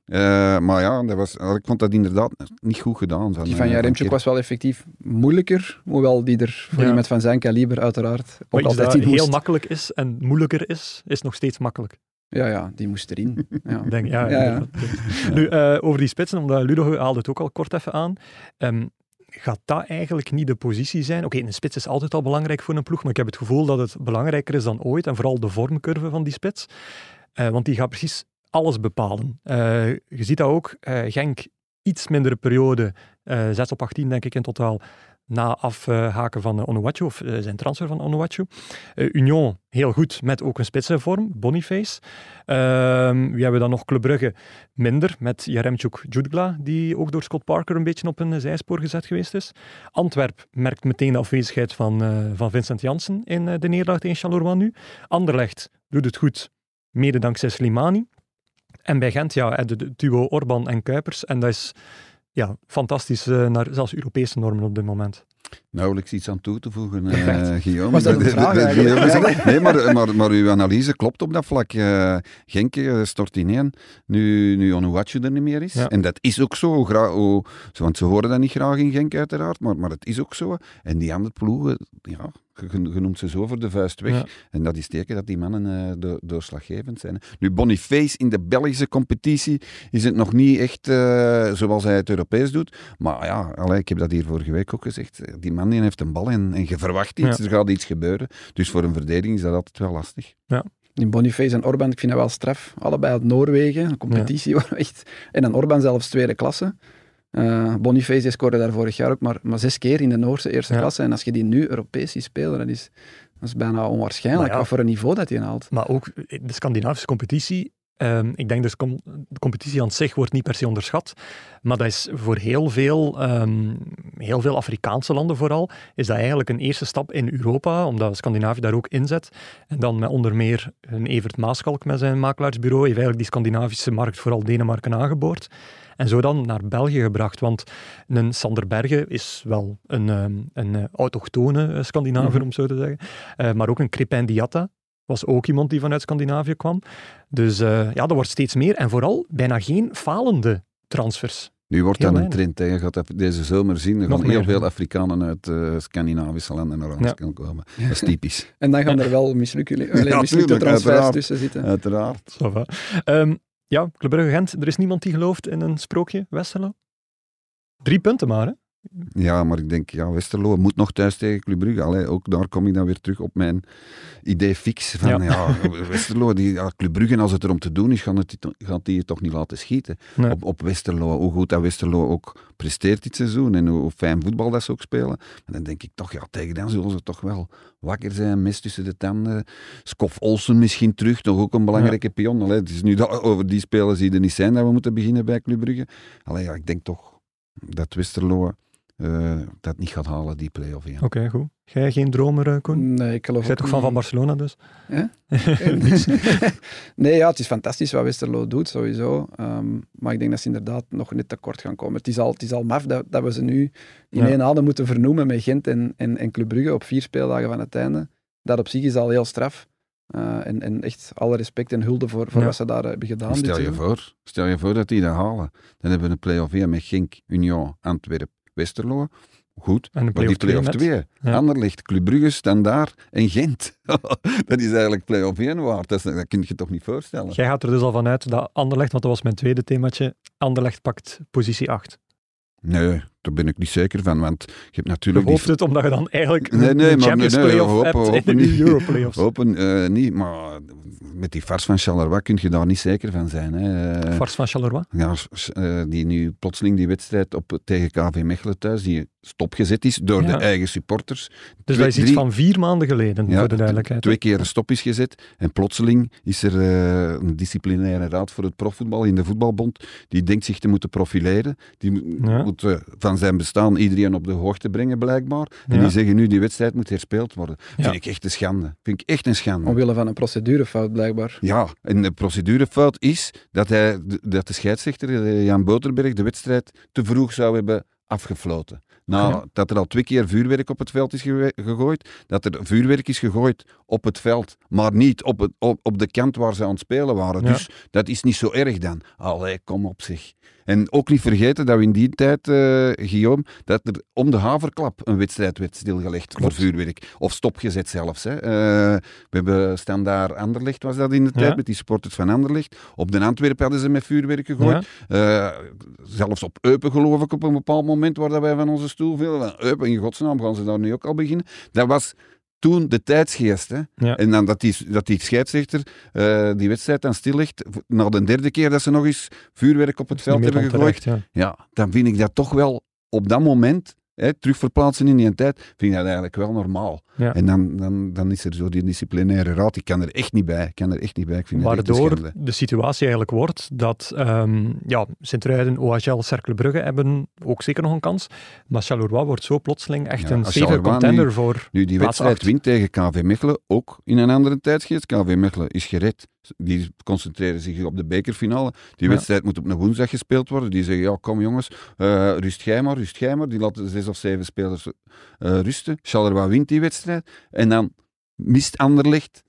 Maar ja, ik vond dat inderdaad niet goed gedaan. Die van Jaremchuk Kerk. was wel effectief moeilijker, hoewel die er voor Ja. iemand van zijn kaliber uiteraard ook Maar iets altijd dat in moest. heel makkelijk is en moeilijker is nog steeds makkelijk. Ja, die moest erin. Ja. Denk, ja, Ja. inderdaad. Nu, over die spitsen, omdat Ludo haalde het ook al kort even aan. Gaat dat eigenlijk niet de positie zijn? Oké, een spits is altijd al belangrijk voor een ploeg, maar ik heb het gevoel dat het belangrijker is dan ooit. En vooral de vormcurve van die spits. Want die gaat precies alles bepalen. Je ziet dat ook. Genk, iets mindere periode. 6 op 18 denk ik in totaal. Na afhaken van Onuachu, of zijn transfer van Onuachu. Union, heel goed, met ook een spitsenvorm, Boniface. Wie hebben we dan nog? Club Brugge, minder, met Jaremchuk Jutgla, die ook door Scott Parker een beetje op een zijspoor gezet geweest is. Antwerp merkt meteen de afwezigheid van Vincent Janssen in de nederlaag tegen Charleroi nu. Anderlecht doet het goed, mede dankzij Slimani. En bij Gent, ja, de duo Orban en Kuipers. En dat is... Ja, fantastisch, naar zelfs Europese normen op dit moment. Nauwelijks iets aan toe te voegen, Perfect. Guillaume. Was dat een vraag eigenlijk? Nee, maar uw analyse klopt op dat vlak. Genk stort ineen, nu Onuachu er niet meer is. Ja. En dat is ook zo, want ze horen dat niet graag in Genk uiteraard, maar het is ook zo. En die andere ploegen, ja, je noemt ze zo voor de vuist weg. Ja. En dat is teken dat die mannen doorslaggevend zijn. Nu, Boniface in de Belgische competitie is het nog niet echt zoals hij het Europees doet. Maar ja, ik heb dat hier vorige week ook gezegd. Die man die heeft een bal en je verwacht iets, Ja. er gaat iets gebeuren. Dus voor een verdediging is dat altijd wel lastig. Die Boniface en Orban, ik vind dat wel straf. Allebei uit Noorwegen, een competitie waar echt... En dan Orban zelfs tweede klasse. Boniface scoorde daar vorig jaar ook maar 6 keer in de Noorse eerste Ja. klasse. En als je die nu Europees ziet spelen, dat is bijna onwaarschijnlijk Maar ja. wat voor een niveau dat hij haalt. Maar ook de Scandinavische competitie Ik denk dus de competitie aan zich wordt niet per se onderschat, maar dat is voor heel veel Afrikaanse landen vooral, is dat eigenlijk een eerste stap in Europa, omdat Scandinavië daar ook inzet. En dan met onder meer een Evert Maaschalk met zijn makelaarsbureau heeft eigenlijk die Scandinavische markt, vooral Denemarken, aangeboord. En zo dan naar België gebracht, want een Sander Berge is wel een autochtone Scandinaviër, om zo te zeggen. Maar ook een Crépin Diatta was ook iemand die vanuit Scandinavië kwam. Dus dat wordt steeds meer. En vooral bijna geen falende transfers. Nu wordt dat Heel een trend. Je gaat dat deze zomer zien. Er gaan heel veel Afrikanen uit Scandinavische landen naar ons komen. Dat is typisch. En dan gaan er wel mislukte transfers tussen zitten. Uiteraard. Club Brugge Gent, er is niemand die gelooft in een sprookje, Westerlo? 3 punten maar, hè? Ja, maar ik denk, Westerlo moet nog thuis tegen Club Brugge. Allee, ook daar kom ik dan weer terug op mijn idee fix. Van, Westerlo, Club Brugge, als het erom te doen is, gaat die je toch niet laten schieten. Nee. Op Westerlo, hoe goed dat Westerlo ook presteert dit seizoen en hoe fijn voetbal dat ze ook spelen. Maar dan denk ik toch, tegen dan zullen ze toch wel wakker zijn, mes tussen de tanden. Skof Olsen misschien terug, toch ook een belangrijke pion. Allee, het is nu dat over die spelers die er niet zijn dat we moeten beginnen bij Club Brugge. Allee, ik denk toch dat Westerlo dat niet gaat halen, die play-off. Ja. Oké, goed. Jij geen dromer, Koen? Nee, ik geloof je bent toch van Barcelona dus? Ja? Nee, het is fantastisch wat Westerlo doet, sowieso. Maar ik denk dat ze inderdaad nog net tekort gaan komen. Het is al maf dat we ze nu in één adem moeten vernoemen met Gent en Club Brugge op 4 speeldagen van het einde. Dat op zich is al heel straf. En echt alle respect en hulde voor wat ze daar hebben gedaan. Stel je voor dat die dat halen. Dan hebben we een play-off 1 met Genk, Union, Antwerpen, Westerlo. Goed, maar die play-off 2. Anderlecht, Club Brugge, Standaard en Gent. Dat is eigenlijk play-off 1 waard. Dat kun je je toch niet voorstellen. Jij gaat er dus al vanuit dat Anderlecht, want dat was mijn tweede themaatje, Anderlecht pakt positie 8. Nee, daar ben ik niet zeker van, want je hebt natuurlijk... Je hoopt het omdat je dan eigenlijk een Champions Play-off hebt in de Euro-playoffs. Hopen niet, maar met die fars van Charleroi kun je daar niet zeker van zijn. Hè. Fars van Charleroi? Ja, die nu plotseling die wedstrijd tegen KV Mechelen thuis, die stopgezet is door de eigen supporters. Dus dat is iets van 4 maanden geleden, voor de duidelijkheid. 2 keer een stop is gezet en plotseling is er een disciplinaire raad voor het profvoetbal in de voetbalbond die denkt zich te moeten profileren. Die moet van zijn bestaan iedereen op de hoogte brengen, blijkbaar. En die zeggen nu, die wedstrijd moet herspeeld worden. Vind ik echt een schande. Omwille van een procedurefout, blijkbaar. Ja, en de procedurefout is dat de scheidsrechter, Jan Boterberg, de wedstrijd te vroeg zou hebben afgefloten. Dat er al 2 keer vuurwerk op het veld is gegooid, dat er vuurwerk is gegooid op het veld, maar niet op de kant waar ze aan het spelen waren. Ja. Dus dat is niet zo erg dan. Allee, kom op zich. En ook niet vergeten dat we in die tijd, Guillaume, dat er om de haverklap een wedstrijd werd stilgelegd voor vuurwerk. Of stopgezet zelfs. Hè. We hebben Standaard Anderlecht, was dat in de tijd, met die supporters van Anderlecht. Op de Antwerpen hadden ze met vuurwerk gegooid. Ja. Zelfs op Eupen, geloof ik, op een bepaald moment waar wij van onze stoel vielen. Eupen, in godsnaam, gaan ze daar nu ook al beginnen. Dat was toen de tijdsgeest. Hè. Ja. En dan dat die scheidsrechter die wedstrijd dan stilligt, na de 3e keer dat ze nog eens vuurwerk op het veld hebben gegooid, terecht, dan vind ik dat toch wel op dat moment, terugverplaatsen in die tijd, vind ik dat eigenlijk wel normaal. Ja. En dan is er zo die disciplinaire raad. Ik kan er echt niet bij. Ik vind waardoor de situatie eigenlijk wordt dat Sint-Truiden, OHL, Cercle Brugge hebben ook zeker nog een kans. Maar Charleroi wordt zo plotseling echt een stevige contender voor nu die wedstrijd 8. Wint tegen KV Mechelen, ook in een andere tijdsgeest. KV Mechelen is gered. Die concentreren zich op de bekerfinale. Die wedstrijd moet op een woensdag gespeeld worden. Die zeggen, kom jongens, rust jij maar. Die laten 6 of 7 spelers rusten. Charleroi wint die wedstrijd. En dan mist Anderlecht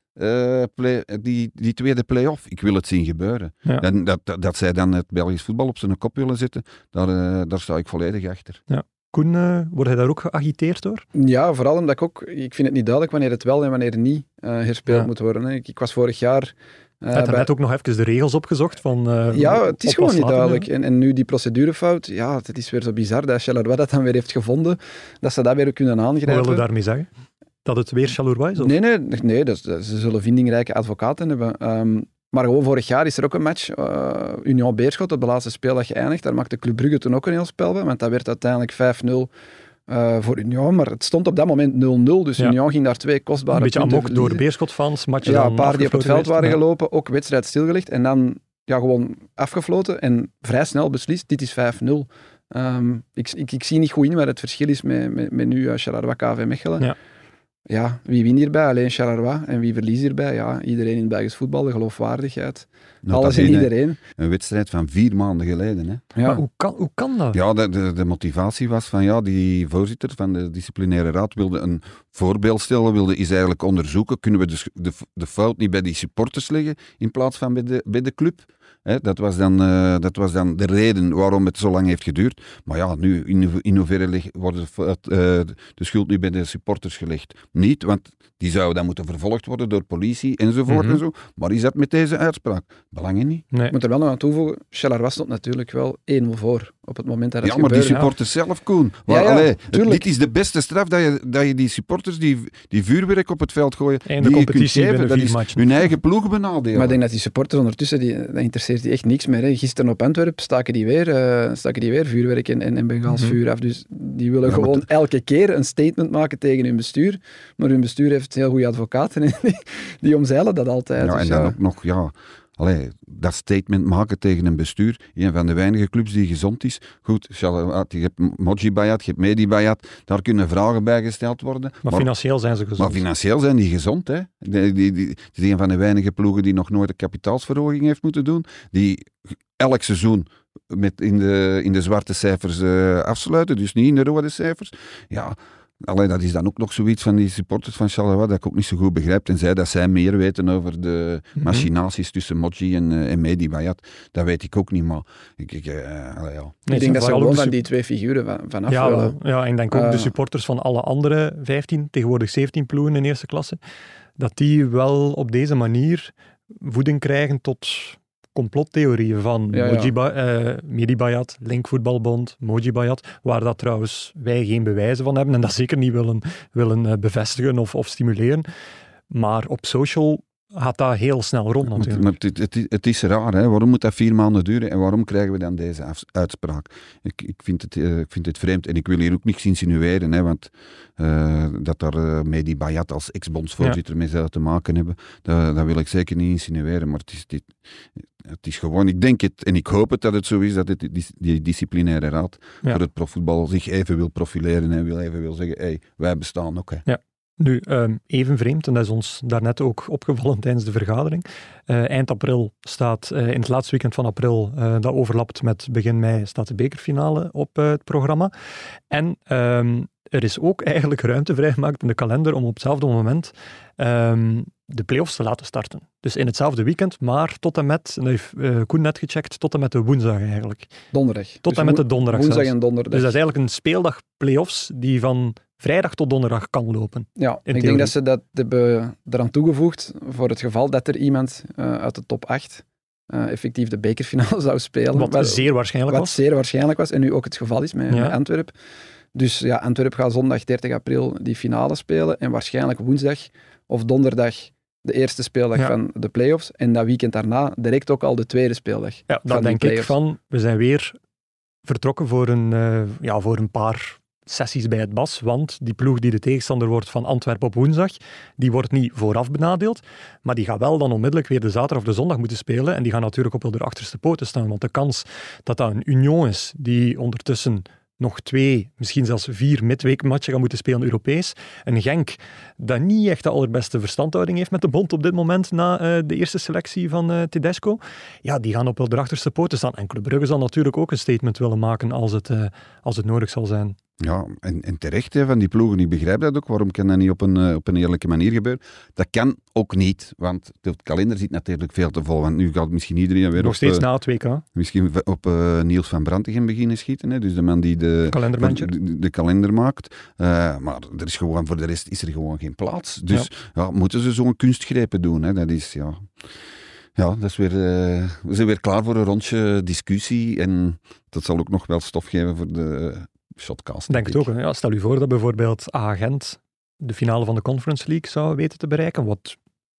die tweede play-off. Ik wil het zien gebeuren. Ja. Dat zij dan het Belgisch voetbal op zijn kop willen zetten, daar sta ik volledig achter. Ja. Koen, word jij daar ook geagiteerd door? Ja, vooral omdat ik vind het niet duidelijk wanneer het wel en wanneer niet herspeeld moet worden. Hè. Ik was vorig jaar... Je hebt net ook nog even de regels opgezocht van... het is gewoon niet duidelijk. En nu die procedurefout, het is weer zo bizar dat Charleroi dat dan weer heeft gevonden, dat ze dat weer kunnen aangrijpen. Wat wil je daarmee zeggen? Dat het weer Charleroi is? Of? Nee, ze zullen vindingrijke advocaten hebben. Maar gewoon vorig jaar is er ook een match, Union Beerschot, op de laatste speeldag geëindigd. Daar maakte Club Brugge toen ook een heel spel bij, want dat werd uiteindelijk 5-0 voor Union, maar het stond op dat moment 0-0, dus Union ging daar 2 kostbare punten punten amok door Beerschot-fans. Een paar die op het veld waren gelopen, ook wedstrijd stilgelegd en dan gewoon afgefloten en vrij snel beslist, dit is 5-0. Ik zie niet goed in wat het verschil is met nu Charleroi KV Mechelen. Ja, wie wint hierbij? Alleen Charleroi. En wie verliest hierbij? Ja, iedereen in het Belgisch voetbal, de geloofwaardigheid. Alles en iedereen. Een wedstrijd van 4 maanden geleden. Hè? Ja. Maar hoe kan dat? Ja, de motivatie was van die voorzitter van de disciplinaire raad wilde een voorbeeld stellen, wilde eens eigenlijk onderzoeken, kunnen we de fout niet bij die supporters leggen in plaats van bij de club? Dat was dan de reden waarom het zo lang heeft geduurd. Maar ja, nu, in hoeverre wordt de schuld nu bij de supporters gelegd? Niet, want die zouden dan moeten vervolgd worden door politie enzovoort en zo. Maar is dat met deze uitspraak? Belangen niet. Nee. Ik moet er wel nog aan toevoegen, Charleroi stond natuurlijk wel 1-0 voor op het moment dat het gebeurde. Ja, maar die supporters zelf, Koen. Dit is de beste straf dat je die supporters die vuurwerk op het veld gooien, en de competitie geven, dat is hun eigen ploeg benadelen. Maar ik denk dat die supporters ondertussen, dat interesseert die echt niks meer. Hè. Gisteren op Antwerpen staken die weer vuurwerk en Bengaals vuur af. Dus die willen gewoon elke keer een statement maken tegen hun bestuur. Maar hun bestuur heeft heel goede advocaten en die omzeilen dat altijd. Ja, dus en dan ook nog, dat statement maken tegen een bestuur, een van de weinige clubs die gezond is. Goed, je hebt Moji Bayat, je hebt Mehdi Bayat, daar kunnen vragen bij gesteld worden. Maar financieel zijn ze gezond. Maar financieel zijn die gezond, hè. Het is een van de weinige ploegen die nog nooit een kapitaalsverhoging heeft moeten doen, die elk seizoen in de zwarte cijfers afsluiten, dus niet in de rode cijfers. Ja, dat is dan ook nog zoiets van die supporters van Charleroi dat ik ook niet zo goed begrijp. Tenzij dat zij meer weten over de machinaties tussen Moji en Mehdi Bayat. Dat weet ik ook niet, maar ik denk dat ze gewoon van die 2 figuren vanaf willen. Ja, en ik denk ook de supporters van alle andere 15, tegenwoordig 17 ploegen in eerste klasse, dat die wel op deze manier voeding krijgen tot complottheorieën van Mehdi Bayat, Linkvoetbalbond, Moji Bayat, waar dat trouwens wij geen bewijzen van hebben en dat zeker niet willen bevestigen of stimuleren. Maar op social gaat dat heel snel rond natuurlijk. Maar het is raar, hè? Waarom moet dat 4 maanden duren en waarom krijgen we dan deze uitspraak? Ik vind het vreemd en ik wil hier ook niks insinueren, hè, want dat daar Mehdi Bayat als ex-bondsvoorzitter mee zou te maken hebben, dat wil ik zeker niet insinueren, maar het is gewoon, ik denk het en ik hoop het dat het zo is, dat die disciplinaire raad voor het profvoetbal zich even wil profileren en even wil zeggen, hey, wij bestaan ook. Hè. Ja. Nu, even vreemd, en dat is ons daarnet ook opgevallen tijdens de vergadering. Eind april staat, in het laatste weekend van april, dat overlapt met begin mei, staat de bekerfinale op het programma. En er is ook eigenlijk ruimte vrijgemaakt in de kalender om op hetzelfde moment de play-offs te laten starten. Dus in hetzelfde weekend, maar tot en met, en dat heeft Koen net gecheckt, tot en met de woensdag eigenlijk. Donderdag. Tot en met de donderdag woensdag zelfs. En donderdag. Dus dat is eigenlijk een speeldag play-offs die van vrijdag tot donderdag kan lopen. Ja, ik denk dat ze dat hebben eraan toegevoegd voor het geval dat er iemand uit de top 8 effectief de bekerfinale zou spelen. Wat zeer waarschijnlijk was. Wat zeer waarschijnlijk was en nu ook het geval is met Antwerpen. Dus ja, Antwerpen gaat zondag 30 april die finale spelen en waarschijnlijk woensdag of donderdag de eerste speeldag van de play-offs en dat weekend daarna direct ook al de tweede speeldag. Ja, dan denk ik van, we zijn weer vertrokken voor een paar sessies bij het BAS, want die ploeg die de tegenstander wordt van Antwerpen op woensdag, die wordt niet vooraf benadeeld, maar die gaat wel dan onmiddellijk weer de zaterdag of de zondag moeten spelen en die gaan natuurlijk op wel de achterste poten staan, want de kans dat dat een Union is die ondertussen nog 2, misschien zelfs 4 midweekmatchen gaan moeten spelen Europees. Een Genk dat niet echt de allerbeste verstandhouding heeft met de bond op dit moment na de eerste selectie van Tedesco. Ja, die gaan op wel de achterste poten staan. En Club Brugge zal natuurlijk ook een statement willen maken als het nodig zal zijn. Ja, en terecht van die ploegen. Ik begrijp dat ook. Waarom kan dat niet op een eerlijke manier gebeuren? Dat kan ook niet, want de kalender zit natuurlijk veel te vol. Want nu gaat misschien iedereen weer nog steeds na het WK. Misschien op Niels van Brantegem beginnen schieten. Hè? Dus de man die de kalender maakt. Maar er is gewoon, voor de rest is er gewoon geen plaats. Dus moeten ze zo'n kunstgrepen doen. Hè? Dat is, ja, dat is weer, we zijn weer klaar voor een rondje discussie. En dat zal ook nog wel stof geven voor de shotcast. Denk het ook. Ja, stel u voor dat bijvoorbeeld Gent de finale van de Conference League zou weten te bereiken, wat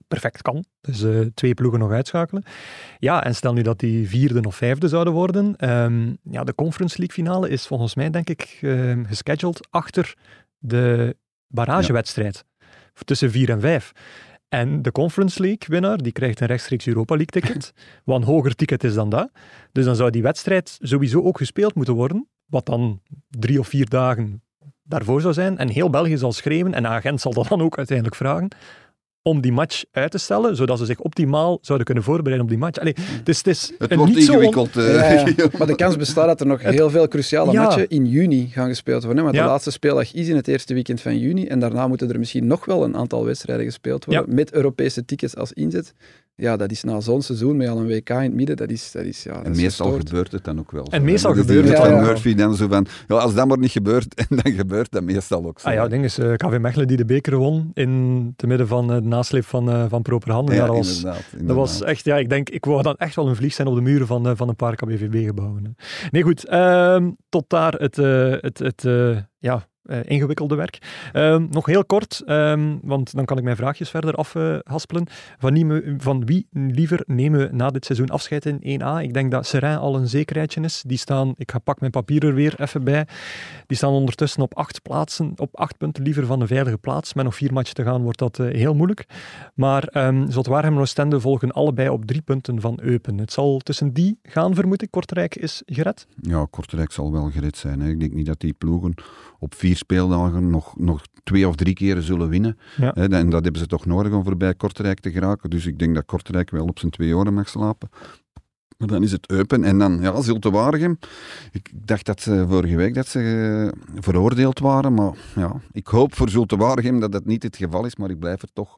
perfect kan. Dus 2 ploegen nog uitschakelen. Ja, en stel nu dat die 4e of 5e zouden worden. De Conference League finale is volgens mij, denk ik, gescheduled achter de barragewedstrijd. Tussen 4 en 5. En de Conference League winnaar, die krijgt een rechtstreeks Europa League ticket. Wat een hoger ticket is dan dat. Dus dan zou die wedstrijd sowieso ook gespeeld moeten worden. Wat dan 3 of 4 dagen daarvoor zou zijn. En heel België zal schreeuwen, en de agent zal dat dan ook uiteindelijk vragen, om die match uit te stellen, zodat ze zich optimaal zouden kunnen voorbereiden op die match. Allee, het wordt ingewikkeld. Maar de kans bestaat dat er nog heel veel cruciale matchen in juni gaan gespeeld worden. Want de laatste speeldag is in het eerste weekend van juni en daarna moeten er misschien nog wel een aantal wedstrijden gespeeld worden, met Europese tickets als inzet. Ja, dat is na zo'n seizoen met al een WK in het midden, dat is en meestal gebeurt het dan ook wel. En meestal gebeurt het van Murphy dan zo van, als dat maar niet gebeurt, en dan gebeurt dat meestal ook zo. Ding is, KV Mechelen die de beker won in te midden van de nasleep van Properhanden. Ja, inderdaad. Dat was echt, ik wou dan echt wel een vlieg zijn op de muren van een paar KBVB-gebouwen. Nee, goed, tot daar het ingewikkelde werk. Nog heel kort, want dan kan ik mijn vraagjes verder afhaspelen. Van wie liever nemen we na dit seizoen afscheid in 1A? Ik denk dat Seraing al een zekerheidje is. Die staan, ik pak mijn papier er weer even bij, die staan ondertussen op 8 plaatsen, op 8 punten liever van een veilige plaats. Met nog 4 matchen te gaan wordt dat heel moeilijk. Maar Zotwaregem en Oostende volgen allebei op 3 punten van Eupen. Het zal tussen die gaan, vermoed ik. Kortrijk is gered? Ja, Kortrijk zal wel gered zijn. Hè. Ik denk niet dat die ploegen op 4 speeldagen nog 2 of 3 keren zullen winnen. Ja. En dat hebben ze toch nodig om voorbij Kortrijk te geraken. Dus ik denk dat Kortrijk wel op zijn 2 oren mag slapen. Maar dan is het Eupen. En dan, Zulte Waregem. Ik dacht dat ze vorige week veroordeeld waren. Maar ja, ik hoop voor Zulte Waregem dat dat niet het geval is. Maar ik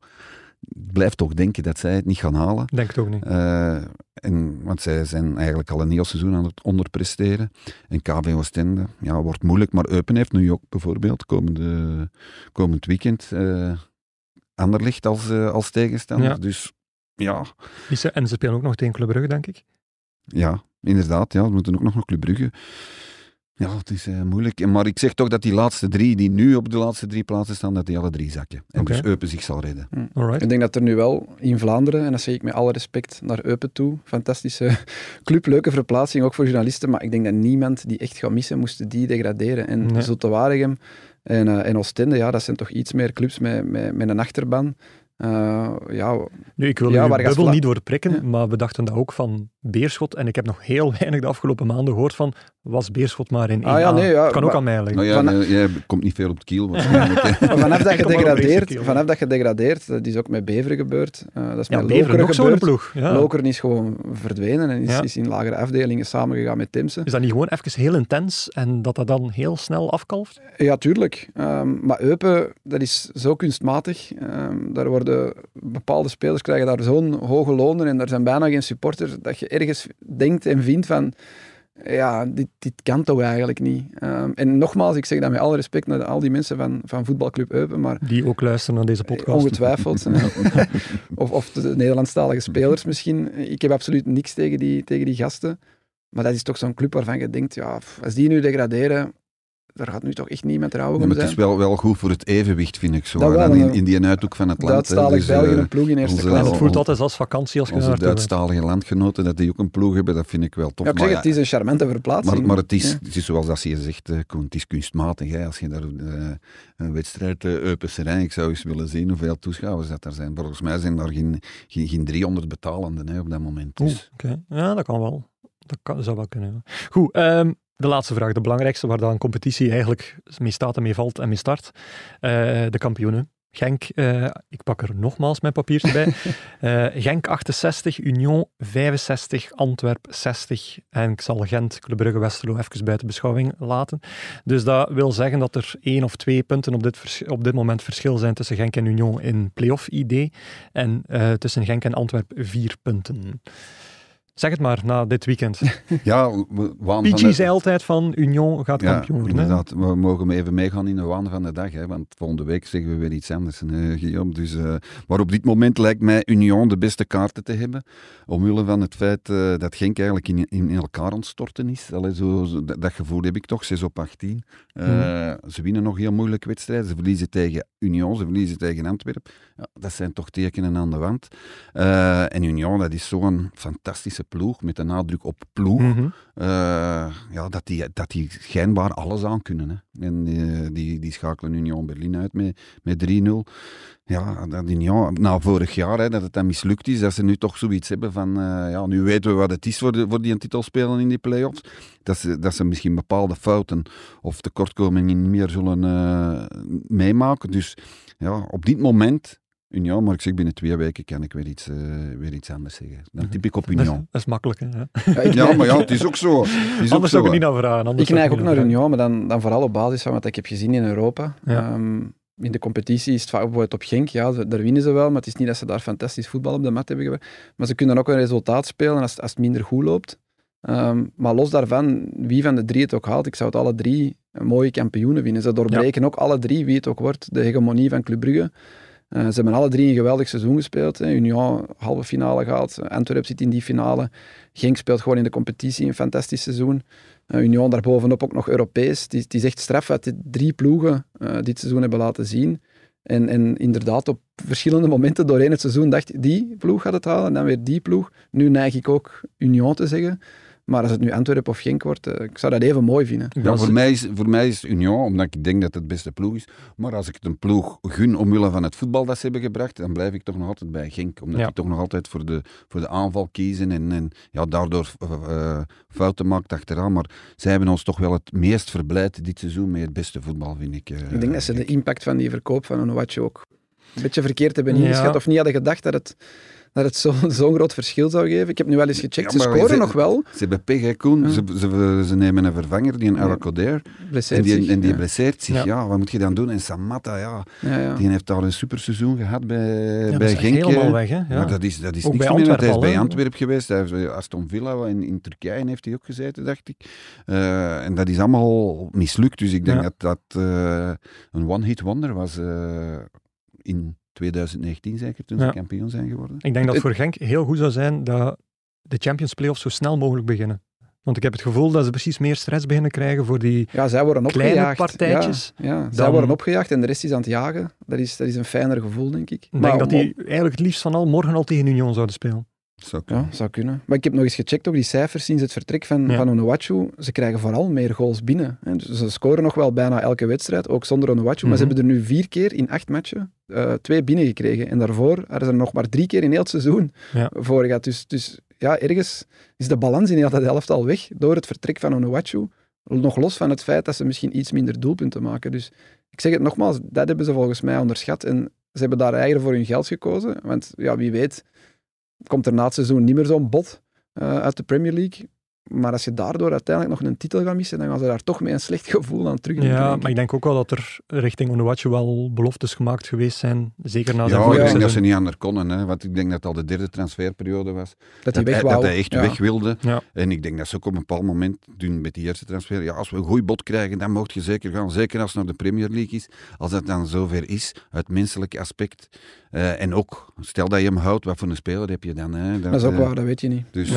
blijf toch denken dat zij het niet gaan halen. Denk het ook niet. Want zij zijn eigenlijk al een heel seizoen aan het onderpresteren. En KV Oostende, wordt moeilijk. Maar Eupen heeft nu ook bijvoorbeeld komend weekend Anderlecht als tegenstander. Ja. Dus ja. En ze spelen ook nog tegen Club Brugge, denk ik. Ja, inderdaad. Ja, we moeten ook nog naar Club Brugge. Ja, het is moeilijk. Maar ik zeg toch dat die laatste 3, die nu op de laatste 3 plaatsen staan, dat die alle 3 zakken. En dus Eupen zich zal redden. Alright. Ik denk dat er nu wel in Vlaanderen, en dat zeg ik met alle respect naar Eupen toe, fantastische club, leuke verplaatsing, ook voor journalisten, maar ik denk dat niemand die echt gaat missen, moesten die degraderen. En Zulte Waregem en Oostende, dat zijn toch iets meer clubs met een achterban. Nu, ik wil de bubbel niet doorprikken, maar we dachten dat ook van Beerschot. En ik heb nog heel weinig de afgelopen maanden gehoord van, was Beerschot maar in 1A? Kan ook aan mij liggen. Jij komt niet veel op het kiel waarschijnlijk. Vanaf dat je degradeert, dat is ook met Beveren gebeurd. Dat is met Beveren ook zo'n ploeg. Ja. Lokeren is gewoon verdwenen en is in lagere afdelingen samengegaan met Temse. Is dat niet gewoon even heel intens en dat dan heel snel afkalft? Ja, tuurlijk. Maar Eupen, dat is zo kunstmatig. Daar worden bepaalde spelers krijgen daar zo'n hoge lonen en er zijn bijna geen supporters, dat je ergens denkt en vindt van dit kan toch eigenlijk niet. En nogmaals, ik zeg dat met alle respect naar al die mensen van voetbalclub Eupen, maar die ook luisteren naar deze podcast. Ongetwijfeld. of de Nederlandstalige spelers misschien. Ik heb absoluut niks tegen die gasten, maar dat is toch zo'n club waarvan je denkt, als die nu degraderen, daar gaat nu toch echt niemand rouwig om zijn. Het is wel goed voor het evenwicht, vind ik zo. In die uithoek van het land. Duitsstalig België een ploeg in eerste klasse. Het voelt altijd als vakantie als je onze Duitsstalige landgenoten, dat die ook een ploeg hebben, dat vind ik wel tof. Ja, ik zeg, het is een charmante verplaatsing. Maar het is zoals dat je zegt, het is kunstmatig. Hè. Als je daar een wedstrijd Eupen Seraing, ik zou eens willen zien hoeveel toeschouwers dat er zijn. Volgens mij zijn daar geen 300 betalenden op dat moment. Dus. Okay. Ja, dat kan wel. Dat zou wel kunnen. Ja. Goed, de laatste vraag, de belangrijkste, waar dan een competitie eigenlijk mee staat en mee valt en mee start. De kampioenen. Genk, ik pak er nogmaals mijn papiertje bij. Genk 68, Union 65, Antwerp 60. En ik zal Gent, Club Brugge, Westerlo even buiten beschouwing laten. Dus dat wil zeggen dat er 1 of 2 punten op dit moment verschil zijn tussen Genk en Union in play-off-ID. En tussen Genk en Antwerp 4 punten. Zeg het maar, na dit weekend. Ja, PG zei altijd van Union gaat kampioen worden. Inderdaad. We mogen even meegaan in de waan van de dag. Hè, want volgende week zeggen we weer iets anders, Guillaume. Dus, maar op dit moment lijkt mij Union de beste kaarten te hebben. Omwille van het feit dat Genk eigenlijk in elkaar ontstorten is. Allee, dat gevoel heb ik toch, 6-18. Ze winnen nog heel moeilijke wedstrijden. Ze verliezen tegen Union, ze verliezen tegen Antwerpen. Ja, dat zijn toch tekenen aan de wand. En Union, dat is zo'n fantastische ploeg, met de nadruk op ploeg. Dat die schijnbaar alles aan kunnen. Hè. En die schakelen Union Berlin uit met 3-0. Ja, dat Union, na vorig jaar, hè, dat het dan mislukt is, dat ze nu toch zoiets hebben van, nu weten we wat het is voor die titelspelen in die play-offs. Dat ze misschien bepaalde fouten of tekortkomingen niet meer zullen meemaken. Dus ja, op dit moment... Union, maar ik zeg binnen 2 weken kan ik weer iets anders zeggen. Dan typ ik op Union. Dat is makkelijk, hè? Maar het is ook zo. Anders zou ik niet naar vragen. Ik neig ook naar Union, maar dan vooral op basis van wat ik heb gezien in Europa. Ja. In de competitie is het vaak bijvoorbeeld op Genk, daar winnen ze wel, maar het is niet dat ze daar fantastisch voetbal op de mat hebben gewerkt. Maar ze kunnen ook een resultaat spelen als het minder goed loopt. Maar los daarvan, wie van de 3 het ook haalt, ik zou het alle 3 mooie kampioenen vinden. Ze doorbreken ook alle 3, wie het ook wordt, de hegemonie van Club Brugge. Ze hebben alle 3 een geweldig seizoen gespeeld. Union halve finale gehaald. Antwerpen zit in die finale. Genk speelt gewoon in de competitie een fantastisch seizoen. Union daarbovenop ook nog Europees. Het is echt straf wat die 3 ploegen dit seizoen hebben laten zien. En inderdaad, op verschillende momenten doorheen het seizoen dacht ik, die ploeg gaat het halen en dan weer die ploeg. Nu neig ik ook Union te zeggen. Maar als het nu Antwerpen of Genk wordt, ik zou dat even mooi vinden. Ja, voor mij is Union, omdat ik denk dat het de beste ploeg is. Maar als ik het een ploeg gun omwille van het voetbal dat ze hebben gebracht, dan blijf ik toch nog altijd bij Genk. Omdat die toch nog altijd voor de aanval kiezen en daardoor fouten maakt achteraan. Maar zij hebben ons toch wel het meest verblijd dit seizoen met het beste voetbal, vind ik. Ik denk dat ze de impact van die verkoop van Onuachu ook een beetje verkeerd hebben ingeschat. Of niet hadden gedacht dat het zo'n groot verschil zou geven. Ik heb nu wel eens gecheckt, ze scoren nog wel. Ze hebben pech, hè, Koen. Ze nemen een vervanger, die een Aracoder. En die blesseert zich. Ja, wat moet je dan doen? En Samatta, die heeft daar een superseizoen gehad bij Genk. Helemaal weg, hè? Ja. Maar dat is niks bij meer. Hij is bij Antwerpen geweest. Hij heeft Aston Villa in Turkije heeft hij ook gezeten, dacht ik. En dat is allemaal mislukt. Dus ik denk dat een one-hit wonder was in 2019 zeker, toen ze kampioen zijn geworden. Ik denk dat het voor Genk heel goed zou zijn dat de Champions Playoffs zo snel mogelijk beginnen. Want ik heb het gevoel dat ze precies meer stress beginnen krijgen voor die zij worden kleine opgejaagd. partijtjes. Zij worden opgejaagd en de rest is aan het jagen. Dat is een fijner gevoel, denk ik. Ik denk dat die eigenlijk het liefst van al morgen al tegen Union zouden spelen. Zou kunnen. Maar ik heb nog eens gecheckt, ook die cijfers sinds het vertrek van Onuachu. Ze krijgen vooral meer goals binnen. Dus ze scoren nog wel bijna elke wedstrijd, ook zonder Onuachu. Maar ze hebben er nu 4 keer in 8 matchen 2 binnengekregen. En daarvoor hadden ze er nog maar 3 keer in heel het seizoen voor gehad. Dus ergens is de balans in heel dat elftal weg door het vertrek van Onuachu. Nog los van het feit dat ze misschien iets minder doelpunten maken. Dus ik zeg het nogmaals, dat hebben ze volgens mij onderschat. En ze hebben daar eigenlijk voor hun geld gekozen. Want wie weet komt er na het seizoen niet meer zo'n bot uit de Premier League. Maar als je daardoor uiteindelijk nog een titel gaat missen, dan gaan ze daar toch met een slecht gevoel aan terug. Ja, maar ik denk ook wel dat er richting Onuachu wel beloftes gemaakt geweest zijn. Zeker na zijn ik denk dat ze niet anders konden. Hè, want ik denk dat het al de 3e transferperiode was. Dat hij echt weg wilde. Ja. En ik denk dat ze ook op een bepaald moment doen met die eerste transfer. Ja, als we een goed bod krijgen, dan mocht je zeker gaan. Zeker als het naar de Premier League is. Als dat dan zover is, uit menselijk aspect. En ook, stel dat je hem houdt, wat voor een speler heb je dan? Hè? Dat is ook waar, dat weet je niet. Dus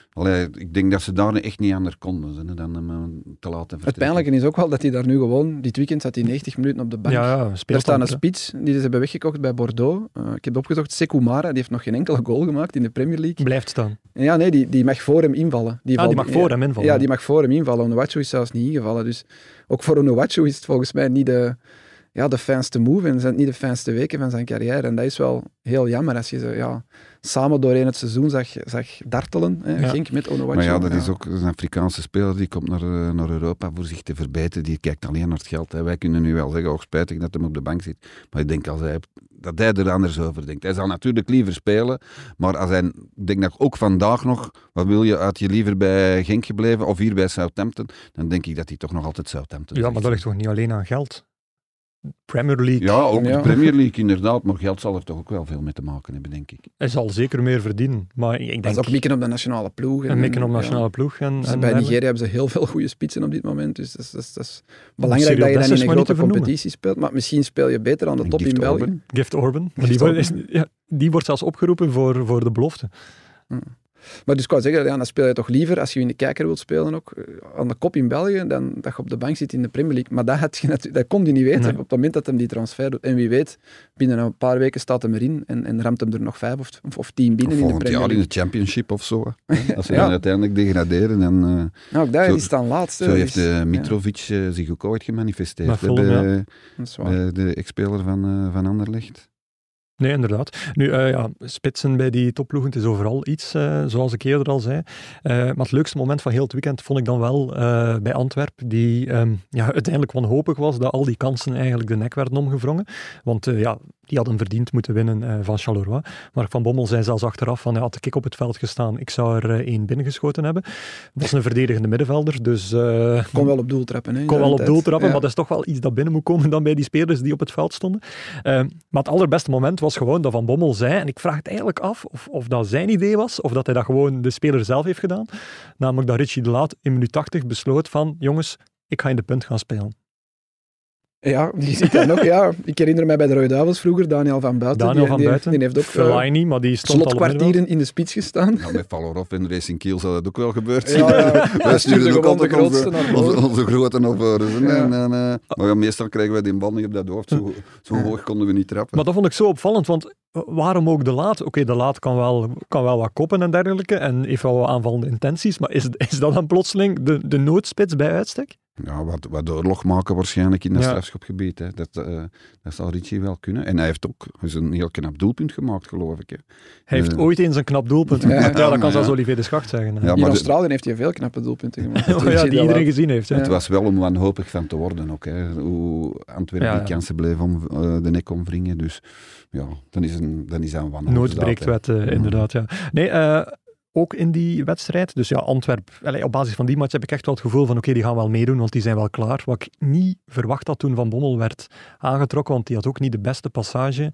ik denk dat ze daar echt niet anders konden dan hem te laten vertrekken. Het pijnlijke is ook wel dat hij daar nu gewoon, dit weekend zat hij 90 minuten op de bank. Er staat een spits, die ze hebben weggekocht bij Bordeaux. Ik heb opgezocht, Sekou Mara, die heeft nog geen enkele goal gemaakt in de Premier League. Blijft staan. Ja, nee, die mag voor hem invallen. Die mag voor hem invallen? Ja, die mag voor hem invallen. Onuachu is zelfs niet ingevallen. Dus ook voor Onuachu is het volgens mij niet de fijnste move en zijn het niet de fijnste weken van zijn carrière. En dat is wel heel jammer als je ze samen doorheen het seizoen zag dartelen. Genk met Onuachu. Maar dat is ook een Afrikaanse speler die komt naar Europa voor zich te verbeteren. Die kijkt alleen naar het geld. Hè. Wij kunnen nu wel zeggen, spijtig dat hij op de bank zit. Maar ik denk dat hij er anders over denkt. Hij zal natuurlijk liever spelen, maar ik denk dat ook vandaag nog, wat wil je, had je liever bij Genk gebleven of hier bij Southampton, dan denk ik dat hij toch nog altijd Southampton maar dat ligt toch niet alleen aan geld? Premier League. Ja, ook de Premier League inderdaad, maar geld zal er toch ook wel veel mee te maken hebben, denk ik. Hij zal zeker meer verdienen, maar ik denk... Dat is ook mikken op de nationale ploeg. En mikken op de nationale ploeg. Dus bij Nigeria hebben ze heel veel goede spitsen op dit moment, dus dat is belangrijk dat je dan in een grote competitie speelt, maar misschien speel je beter aan de top in België. Gift Orban. Die wordt zelfs opgeroepen voor de belofte. Maar dus ik wou zeggen, dan speel je toch liever, als je in de kijker wilt spelen ook, aan de kop in België, dan dat je op de bank zit in de Premier League. Maar dat kon hij niet weten op het moment dat hij die transfer doet. En wie weet, binnen een paar weken staat hij erin en ramt hem er nog 5 of 10 binnen in de Premier League. Volgend jaar in de Championship of zo. Als ze dan uiteindelijk degraderen. En, ook daar is dan laatste. Zo heeft Mitrovic zich ook ooit gemanifesteerd. De ex-speler van Anderlecht. Nee, inderdaad. Nu, spitsen bij die topploegen, het is overal iets, zoals ik eerder al zei. Maar het leukste moment van heel het weekend vond ik dan wel bij Antwerpen, die uiteindelijk wanhopig was dat al die kansen eigenlijk de nek werden omgevrongen. Want die hadden verdiend moeten winnen van Charleroi. Mark van Bommel zei zelfs achteraf van, had ik op het veld gestaan, ik zou er 1 binnengeschoten hebben. Dat is een verdedigende middenvelder, dus... kon wel op doel trappen. Kon wel op doel trappen, maar dat is toch wel iets dat binnen moet komen dan bij die spelers die op het veld stonden. Maar het allerbeste moment was gewoon dat Van Bommel zei, en ik vraag het eigenlijk af of dat zijn idee was, of dat hij dat gewoon de speler zelf heeft gedaan. Namelijk dat Richie de Laat in minuut 80 besloot van, jongens, ik ga in de punt gaan spelen. Ja, die zit daar nog. Ja. Ik herinner mij bij de Rode Duivels vroeger, Daniel van Buiten. Die heeft ook Fellaini, maar die stond slotkwartieren in de spits gestaan. Ja, met Valorov en Racing Kiel zou dat ook wel gebeurd zijn. Wij sturen ook altijd onze grote naar voren. Maar meestal krijgen wij die bal niet op dat hoofd. Zo hoog konden we niet trappen. Maar dat vond ik zo opvallend, want waarom ook de Laat? Oké, de Laat kan wel wat koppen en dergelijke en heeft wel wat aanvallende intenties, maar is dat dan plotseling de noodspits bij uitstek? Ja, wat oorlog maken waarschijnlijk in het strafschopgebied. Hè. Dat zal Richie wel kunnen. En hij heeft ook een heel knap doelpunt gemaakt, geloof ik. Hè. Hij heeft ooit eens een knap doelpunt gemaakt. Ja, dat kan zelfs Olivier de Schacht zeggen. Ja, in Australië heeft hij veel knappe doelpunten gemaakt. Die iedereen gezien heeft. Hè. Het was wel om wanhopig van te worden ook. Hè. Hoe Antwerpen die kansen bleef om de nek omwringen. Dus ja, dan is hij een wanhoop. Noodbreektwet, inderdaad. Ja. Nee, ook in die wedstrijd. Dus ja, Antwerpen, op basis van die match heb ik echt wel het gevoel van die gaan wel meedoen, want die zijn wel klaar. Wat ik niet verwacht had toen Van Bommel werd aangetrokken, want die had ook niet de beste passage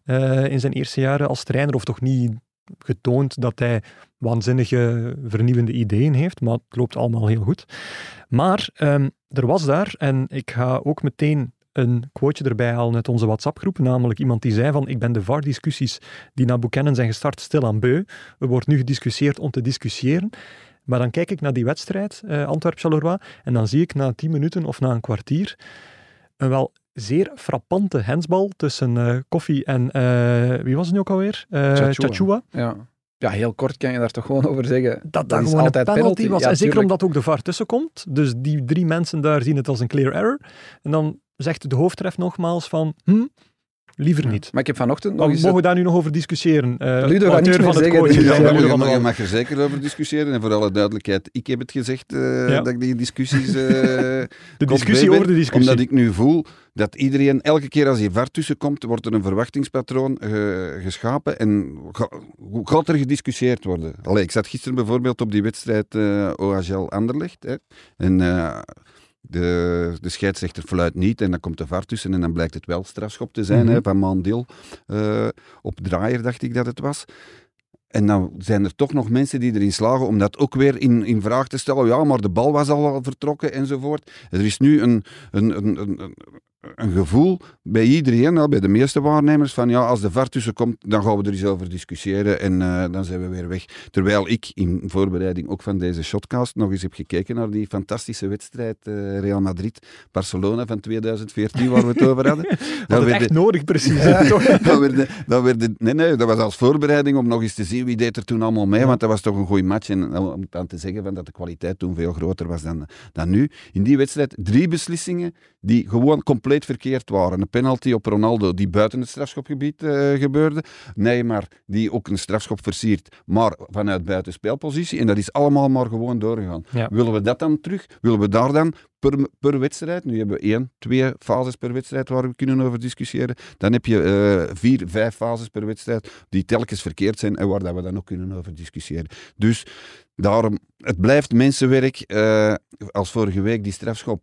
in zijn eerste jaren als trainer, of toch niet getoond dat hij waanzinnige vernieuwende ideeën heeft, maar het loopt allemaal heel goed. Maar er was daar, en ik ga ook meteen een quoteje erbij halen uit onze WhatsApp-groep, namelijk iemand die zei van, ik ben de VAR-discussies die na Buchanan zijn gestart stilaan beu. Er wordt nu gediscussieerd om te discussiëren. Maar dan kijk ik naar die wedstrijd, Antwerp-Charleroi, en dan zie ik na 10 minuten of na een kwartier een wel zeer frappante hensbal tussen Koffie en, wie was het nu ook alweer? Tchatchoua. Ja, heel kort kan je daar toch gewoon over zeggen. Dat gewoon altijd een penalty was. Ja, en zeker omdat ook de VAR tussenkomt. Dus die 3 mensen daar zien het als een clear error. En dan zegt de hoofdref nogmaals van, liever niet. Maar ik heb vanochtend nog eens... Mogen we daar nu nog over discussiëren? Ludo gaat niet meer zeggen. Je mag er zeker over discussiëren. En voor alle duidelijkheid, ik heb het gezegd dat ik die discussies... de discussie over de discussie. Omdat ik nu voel dat iedereen, elke keer als je VAR tussenkomt, wordt er een verwachtingspatroon geschapen en gaat er gediscussieerd worden. Allee, ik zat gisteren bijvoorbeeld op die wedstrijd OHL Anderlecht. Hè, en... De scheidsrechter fluit niet en dan komt de VAR tussen en dan blijkt het wel strafschop te zijn, hè, van Mandil op Draaier, dacht ik dat het was. En dan zijn er toch nog mensen die erin slagen om dat ook weer in vraag te stellen. Ja, maar de bal was al vertrokken enzovoort. Er is nu een gevoel bij iedereen, bij de meeste waarnemers, van ja, als de VAR tussenkomt, dan gaan we er eens over discussiëren en dan zijn we weer weg. Terwijl ik in voorbereiding ook van deze shotcast nog eens heb gekeken naar die fantastische wedstrijd Real Madrid-Barcelona van 2014, waar we het over hadden. Dat was echt nodig, precies. Dat was als voorbereiding om nog eens te zien wie deed er toen allemaal mee, want dat was toch een goede match. En om dan te zeggen dat de kwaliteit toen veel groter was dan nu. In die wedstrijd 3 beslissingen die gewoon compleet verkeerd waren. Een penalty op Ronaldo die buiten het strafschopgebied gebeurde. Neymar die ook een strafschop versiert, maar vanuit buitenspeelpositie. En dat is allemaal maar gewoon doorgegaan. Ja. Willen we dat dan terug? Willen we daar dan per wedstrijd? Nu hebben we 2 fases per wedstrijd waar we kunnen over discussiëren. Dan heb je 4, 5 fases per wedstrijd die telkens verkeerd zijn en waar dat we dan ook kunnen over discussiëren. Dus daarom, het blijft mensenwerk. Als vorige week die strafschop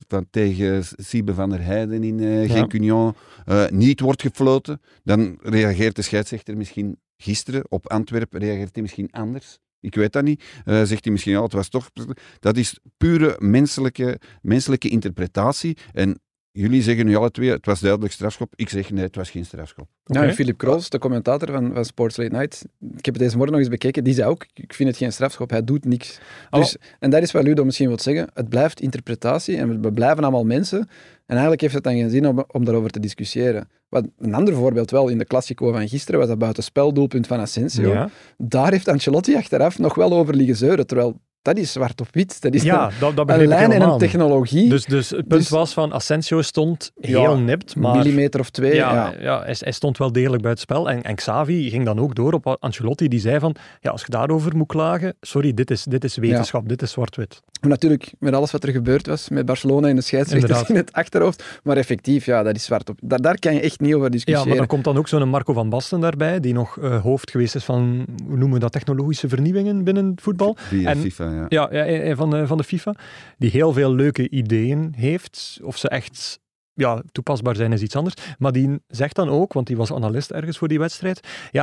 tegen Siebe van der Heijden in Genk-Union niet wordt gefloten, dan reageert de scheidsrechter misschien gisteren op Antwerpen, reageert hij misschien anders. Ik weet dat niet. Zegt hij misschien, het was toch... Dat is pure menselijke interpretatie. En jullie zeggen nu alle twee, het was duidelijk strafschop. Ik zeg, nee, het was geen strafschop. Okay. Ja, Philip Kroos, de commentator van Sports Late Night, ik heb het deze morgen nog eens bekeken, die zei ook, ik vind het geen strafschop, hij doet niks. Dus, en dat is wat Ludo misschien wil zeggen, het blijft interpretatie en we blijven allemaal mensen. En eigenlijk heeft het dan geen zin om daarover te discussiëren. Wat een ander voorbeeld wel, in de Classico van gisteren, was dat buitenspeldoelpunt van Asensio. Ja. Daar heeft Ancelotti achteraf nog wel over liggen zeuren, terwijl... Dat is zwart op wit. Dat is een lijn en een technologie. Dus het punt was van Asensio stond heel nipt. Maar millimeter of 2. Hij stond wel degelijk buitenspel. En Xavi ging dan ook door op Ancelotti. Die zei van, als je daarover moet klagen, sorry, dit is wetenschap, dit is zwart-wit. Maar natuurlijk, met alles wat er gebeurd was, met Barcelona en de scheidsrechters in het achterhoofd. Maar effectief, dat is zwart op. Daar kan je echt niet over discussiëren. Ja, maar dan komt dan ook zo'n Marco van Basten daarbij, die nog hoofd geweest is van, hoe noemen we dat, technologische vernieuwingen binnen het voetbal. FIFA. Van de FIFA, die heel veel leuke ideeën heeft. Of ze echt toepasbaar zijn is iets anders. Maar die zegt dan ook, want die was analist ergens voor die wedstrijd,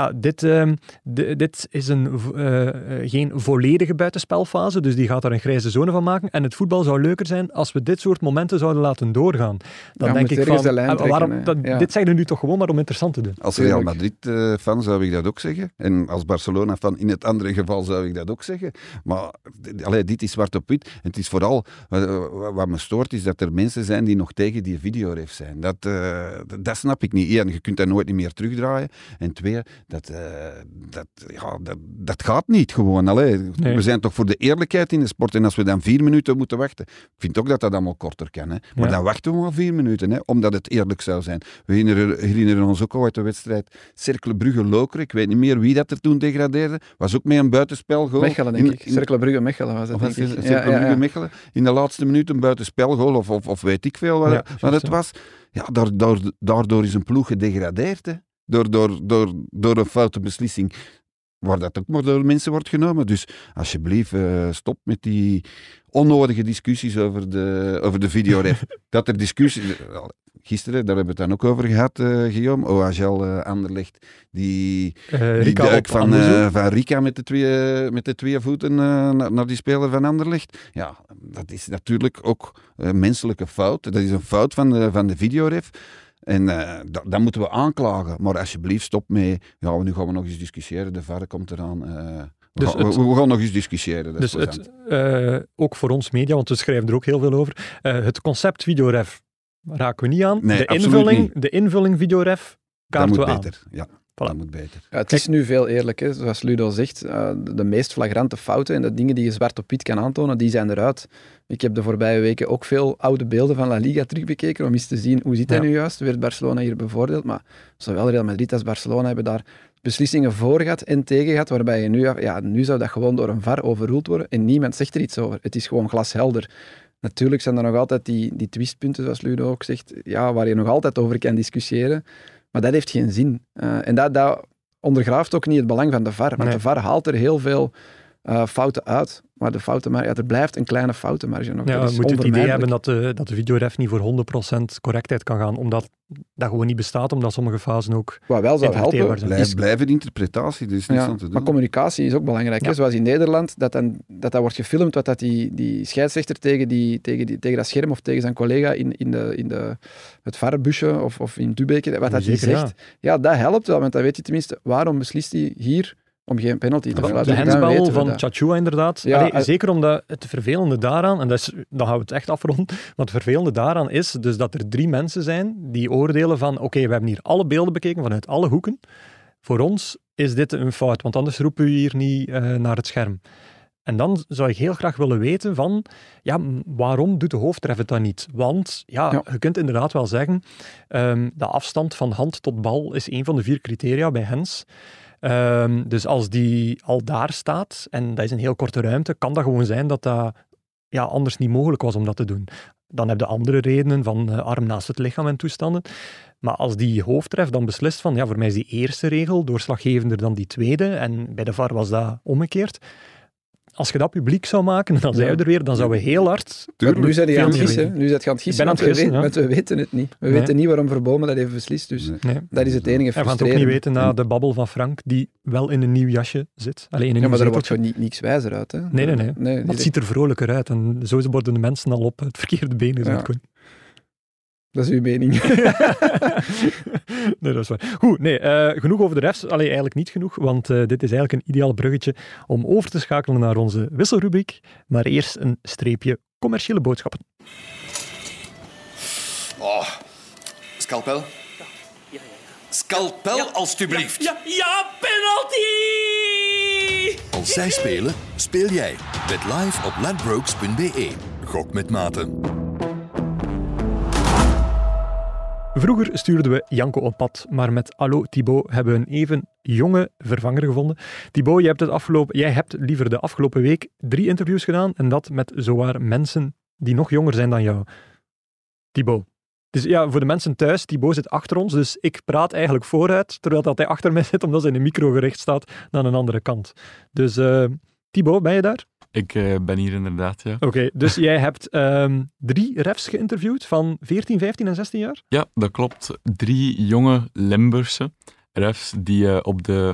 dit is geen volledige buitenspelfase, dus die gaat daar een grijze zone van maken. En het voetbal zou leuker zijn als we dit soort momenten zouden laten doorgaan. Dan denk ik van, dit zeggen we nu toch gewoon maar om interessant te doen. Als Real Madrid-fan zou ik dat ook zeggen. En als Barcelona-fan in het andere geval zou ik dat ook zeggen. Maar dit is zwart op wit. En het is vooral, wat me stoort, is dat er mensen zijn die nog tegen die videoref zijn. Dat snap ik niet. 1, je kunt dat nooit meer terugdraaien. En 2, dat gaat niet gewoon. Nee. We zijn toch voor de eerlijkheid in de sport. En als we dan 4 minuten moeten wachten, ik vind ook dat allemaal korter kan. Hè. Maar dan wachten we maar 4 minuten, omdat het eerlijk zou zijn. We herinneren ons ook al uit de wedstrijd Cercle Brugge-Lokeren. Ik weet niet meer wie dat er toen degradeerde. Was ook met een buitenspelgoal. Mechelen, denk ik. Cercle Brugge-Mechelen was het, denk ik. Cercle Brugge-Mechelen. In de laatste minuut een buitenspelgoal of weet ik veel wat het was. Ja, daardoor is een ploeg gedegradeerd. Hè. Door een foute beslissing. Waar dat ook maar door mensen wordt genomen. Dus alsjeblieft, stop met die onnodige discussies over de videoref. Dat er discussies... Gisteren, daar hebben we het dan ook over gehad, Guillaume. OHL Anderlecht, die duik van Rika met de twee voeten naar die speler van Anderlecht. Ja, dat is natuurlijk ook een menselijke fout. Dat is een fout van de videoref. En dat moeten we aanklagen. Maar alsjeblieft, stop mee. Ja, nu gaan we nog eens discussiëren. De VAR komt eraan. We gaan nog eens discussiëren. Dus ook voor ons media, want we schrijven er ook heel veel over. Het concept videoref raken we niet aan. Nee, de invulling videoref kaarten we aan. Ja. Dat moet beter. Ja, het is nu veel eerlijk, hè. Zoals Ludo zegt. De meest flagrante fouten en de dingen die je zwart op wit kan aantonen, die zijn eruit. Ik heb de voorbije weken ook veel oude beelden van La Liga terugbekeken om eens te zien hoe zit hij nu juist. Werd Barcelona hier bevoordeeld, maar zowel Real Madrid als Barcelona hebben daar beslissingen voor gehad en tegen gehad, waarbij je nu zou dat gewoon door een VAR overruled worden en niemand zegt er iets over. Het is gewoon glashelder. Natuurlijk zijn er nog altijd die twistpunten, zoals Ludo ook zegt, waar je nog altijd over kan discussiëren. Maar dat heeft geen zin. En dat ondergraaft ook niet het belang van de VAR. Want de VAR haalt er heel veel fouten uit. Maar de foutenmarge, er blijft een kleine foutenmarge nog. Ja, moet je het idee hebben dat de videoref niet voor 100% correctheid kan gaan, omdat dat gewoon niet bestaat, omdat sommige fasen ook wat wel zou helpen, blijven interpretatie, dus niets aan te doen. Maar communicatie is ook belangrijk. Ja. Zoals in Nederland, dat wordt gefilmd, wat dat die scheidsrechter tegen dat scherm of tegen zijn collega in het VAR-busje of in Dubeke, wat dat hij zegt. Ja, dat helpt wel, want dan weet je tenminste, waarom beslist hij hier om geen penalty te fluiten. De hensbal van Tchatchoua inderdaad. Ja, zeker omdat het vervelende daaraan, en dan gaan we het echt afronden, maar het vervelende daaraan is dus dat er 3 mensen zijn die oordelen van oké, we hebben hier alle beelden bekeken vanuit alle hoeken. Voor ons is dit een fout, want anders roepen we hier niet naar het scherm. En dan zou ik heel graag willen weten van, waarom doet de hoofdref het dan niet? Want je kunt inderdaad wel zeggen, de afstand van hand tot bal is een van de 4 criteria bij hens. Dus als die al daar staat, en dat is een heel korte ruimte, kan dat gewoon zijn dat dat anders niet mogelijk was om dat te doen. Dan heb je andere redenen van arm naast het lichaam en toestanden. Maar als die hoofdref dan beslist van, voor mij is die eerste regel doorslaggevender dan die tweede, en bij de VAR was dat omgekeerd. als je dat publiek zou maken, en dan zijn we er weer, dan zouden we heel hard... Tuurlijk. Nu zijn die aan het Veel meer gissen. Nu zit je aan het gissen, Ik ben aan het gissen, want we weten het niet. We weten niet waarom Verbomen dat heeft beslist, dus Nee. dat is het enige En we gaan het ook frustrerende. niet weten na de babbel van Frank, die wel in een nieuw jasje zit. Alleen in een Ja, nieuw maar daar wordt zeteltje. gewoon niks wijzer uit. Hè? Nee. Maar het direct. ziet er vrolijker uit. En zo worden de mensen al op het verkeerde been gezet. Ja. Dat is uw mening. Nee, dat is waar. Goed, genoeg over de refs. Allee, eigenlijk niet genoeg, want dit is eigenlijk een ideaal bruggetje om over te schakelen naar onze wisselrubriek. Maar eerst een streepje commerciële boodschappen. Oh, scalpel? Ja. Scalpel, alstublieft. Ja, penalty! Als zij spelen, speel jij. Bet live op ladbrokes.be. Gok met mate. Vroeger stuurden we Janko op pad, maar met Allo Thibaut hebben we een even jonge vervanger gevonden. Thibaut, jij hebt liever de afgelopen week 3 interviews gedaan en dat met zowaar mensen die nog jonger zijn dan jou. Thibaut. Dus ja, voor de mensen thuis, Thibaut zit achter ons, dus ik praat eigenlijk vooruit, terwijl dat hij achter mij zit, omdat hij in de micro gericht staat naar een andere kant. Dus Thibaut, ben je daar? Ik ben hier inderdaad, ja. Oké, dus jij hebt 3 refs geïnterviewd van 14, 15 en 16 jaar? Ja, dat klopt. 3 jonge Limburgse refs die op de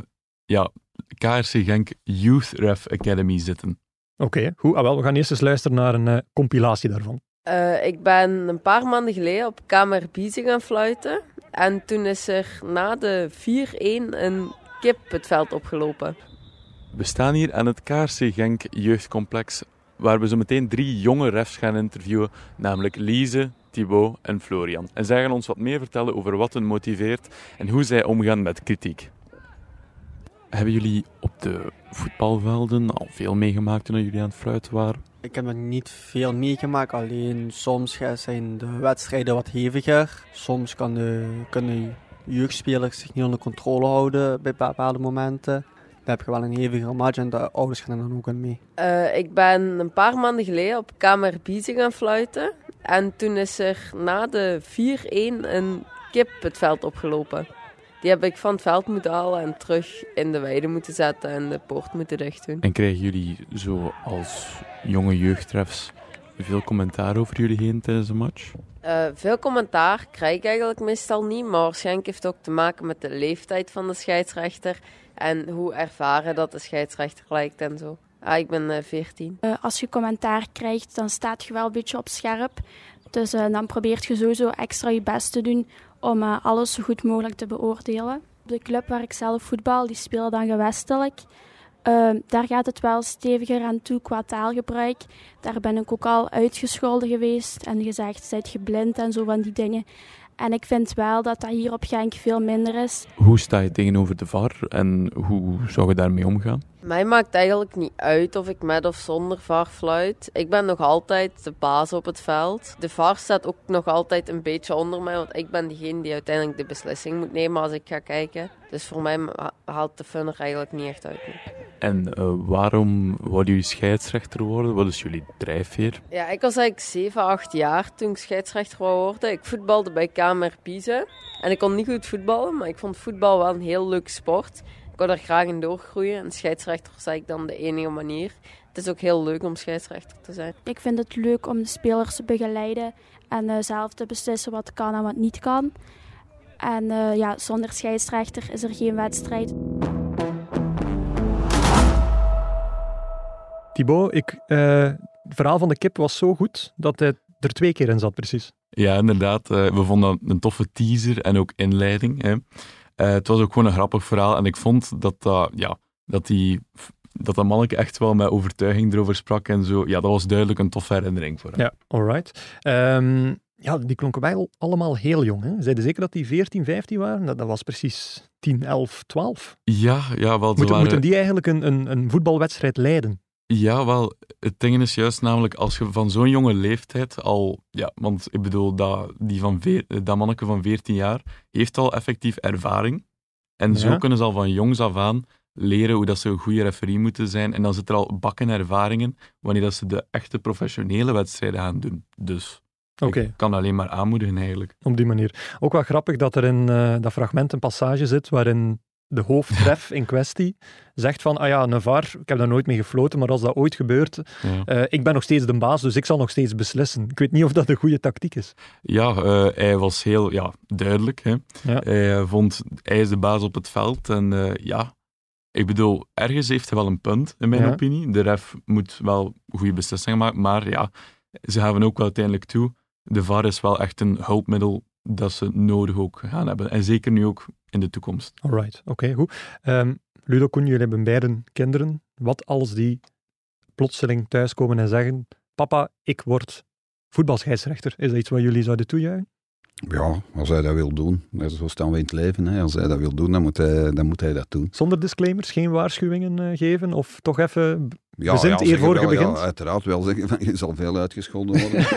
KRC Genk Youth Ref Academy zitten. Oké, goed. We gaan eerst eens luisteren naar een compilatie daarvan. Ik ben een paar maanden geleden op Kamer Biezen gaan fluiten. En toen is er na de 4-1 een kip het veld opgelopen. We staan hier aan het KRC Genk Jeugdcomplex, waar we zo meteen 3 jonge refs gaan interviewen, namelijk Lise, Thibaut en Florian. En zij gaan ons wat meer vertellen over wat hen motiveert en hoe zij omgaan met kritiek. Hebben jullie op de voetbalvelden al veel meegemaakt toen jullie aan het fluiten waren? Ik heb er niet veel meegemaakt, alleen soms zijn de wedstrijden wat heviger. Soms kunnen jeugdspelers zich niet onder controle houden bij bepaalde momenten. Dan heb je wel een hevigere match en de ouders gaan er dan ook in mee. Ik ben een paar maanden geleden op Kamer Biezen gaan fluiten. En toen is er na de 4-1 een kip het veld opgelopen. Die heb ik van het veld moeten halen en terug in de weide moeten zetten en de poort moeten dicht doen. En krijgen jullie zo als jonge jeugdrefs veel commentaar over jullie heen tijdens een match? Veel commentaar krijg ik eigenlijk meestal niet, maar waarschijnlijk heeft het ook te maken met de leeftijd van de scheidsrechter en hoe ervaren dat de scheidsrechter lijkt en zo. Ik ben 14. Als je commentaar krijgt, dan staat je wel een beetje op scherp. Dus dan probeert je sowieso extra je best te doen om alles zo goed mogelijk te beoordelen. De club waar ik zelf voetbal, die spelen dan gewestelijk. Daar gaat het wel steviger aan toe qua taalgebruik. Daar ben ik ook al uitgescholden geweest en gezegd, zijt je blind en zo van die dingen. En ik vind wel dat dat hier op Genk veel minder is. Hoe sta je tegenover de VAR en hoe zou je daarmee omgaan? Mij maakt eigenlijk niet uit of ik met of zonder VAR fluit. Ik ben nog altijd de baas op het veld. De VAR staat ook nog altijd een beetje onder mij, want ik ben degene die uiteindelijk de beslissing moet nemen als ik ga kijken. Dus voor mij haalt de fun er eigenlijk niet echt uit. En waarom wouden jullie scheidsrechter worden? Wat is jullie drijfveer? Ja, ik was eigenlijk 7, 8 jaar toen ik scheidsrechter wou worden. Ik voetbalde bij Kamer Biezen en ik kon niet goed voetballen, maar ik vond voetbal wel een heel leuk sport. Ik wou daar graag in doorgroeien en scheidsrechter was eigenlijk dan de enige manier. Het is ook heel leuk om scheidsrechter te zijn. Ik vind het leuk om de spelers te begeleiden en zelf te beslissen wat kan en wat niet kan. En zonder scheidsrechter is er geen wedstrijd. Thibaut, het verhaal van de kip was zo goed dat hij er 2 keer in zat, precies. Ja, inderdaad. We vonden dat een toffe teaser en ook inleiding. Hè. Het was ook gewoon een grappig verhaal en ik vond dat manneke echt wel met overtuiging erover sprak en zo. Ja, dat was duidelijk een toffe herinnering voor hem. Ja, alright. Die klonken wel allemaal heel jong. Hè? Zeiden zeker dat die 14, 15 waren? Dat was precies 10, 11, 12. Ja, wel. Moeten die eigenlijk een voetbalwedstrijd leiden? Ja, wel. Het ding is juist namelijk, als je van zo'n jonge leeftijd al... Ja, want ik bedoel, dat manneke van 14 jaar heeft al effectief ervaring. En zo kunnen ze al van jongs af aan leren hoe dat ze een goede referee moeten zijn. En dan zit er al bakken ervaringen wanneer dat ze de echte professionele wedstrijden gaan doen. Dus ik kan alleen maar aanmoedigen eigenlijk. Op die manier. Ook wel grappig dat er in dat fragment een passage zit waarin de hoofdref in kwestie, zegt van, een VAR, ik heb daar nooit mee gefloten, maar als dat ooit gebeurt, ik ben nog steeds de baas, dus ik zal nog steeds beslissen. Ik weet niet of dat een goede tactiek is. Ja, hij was heel duidelijk. Hè. Ja. Hij vond, hij is de baas op het veld en ik bedoel, ergens heeft hij wel een punt, in mijn opinie. De ref moet wel goede beslissingen maken, maar ze gaven ook wel uiteindelijk toe, de VAR is wel echt een hulpmiddel dat ze nodig ook gaan hebben. En zeker nu ook in de toekomst. Alright, oké, goed. Ludo, Koen, jullie hebben beiden kinderen. Wat als die plotseling thuiskomen en zeggen, papa, ik word voetbalscheidsrechter. Is dat iets wat jullie zouden toejuichen? Ja, als hij dat wil doen. Zo staan we in het leven. Hè. Als hij dat wil doen, dan moet hij dat doen. Zonder disclaimers, geen waarschuwingen geven? Of toch even bezind eer voor je begint? Ja, uiteraard wel zeggen van, je zal veel uitgescholden worden.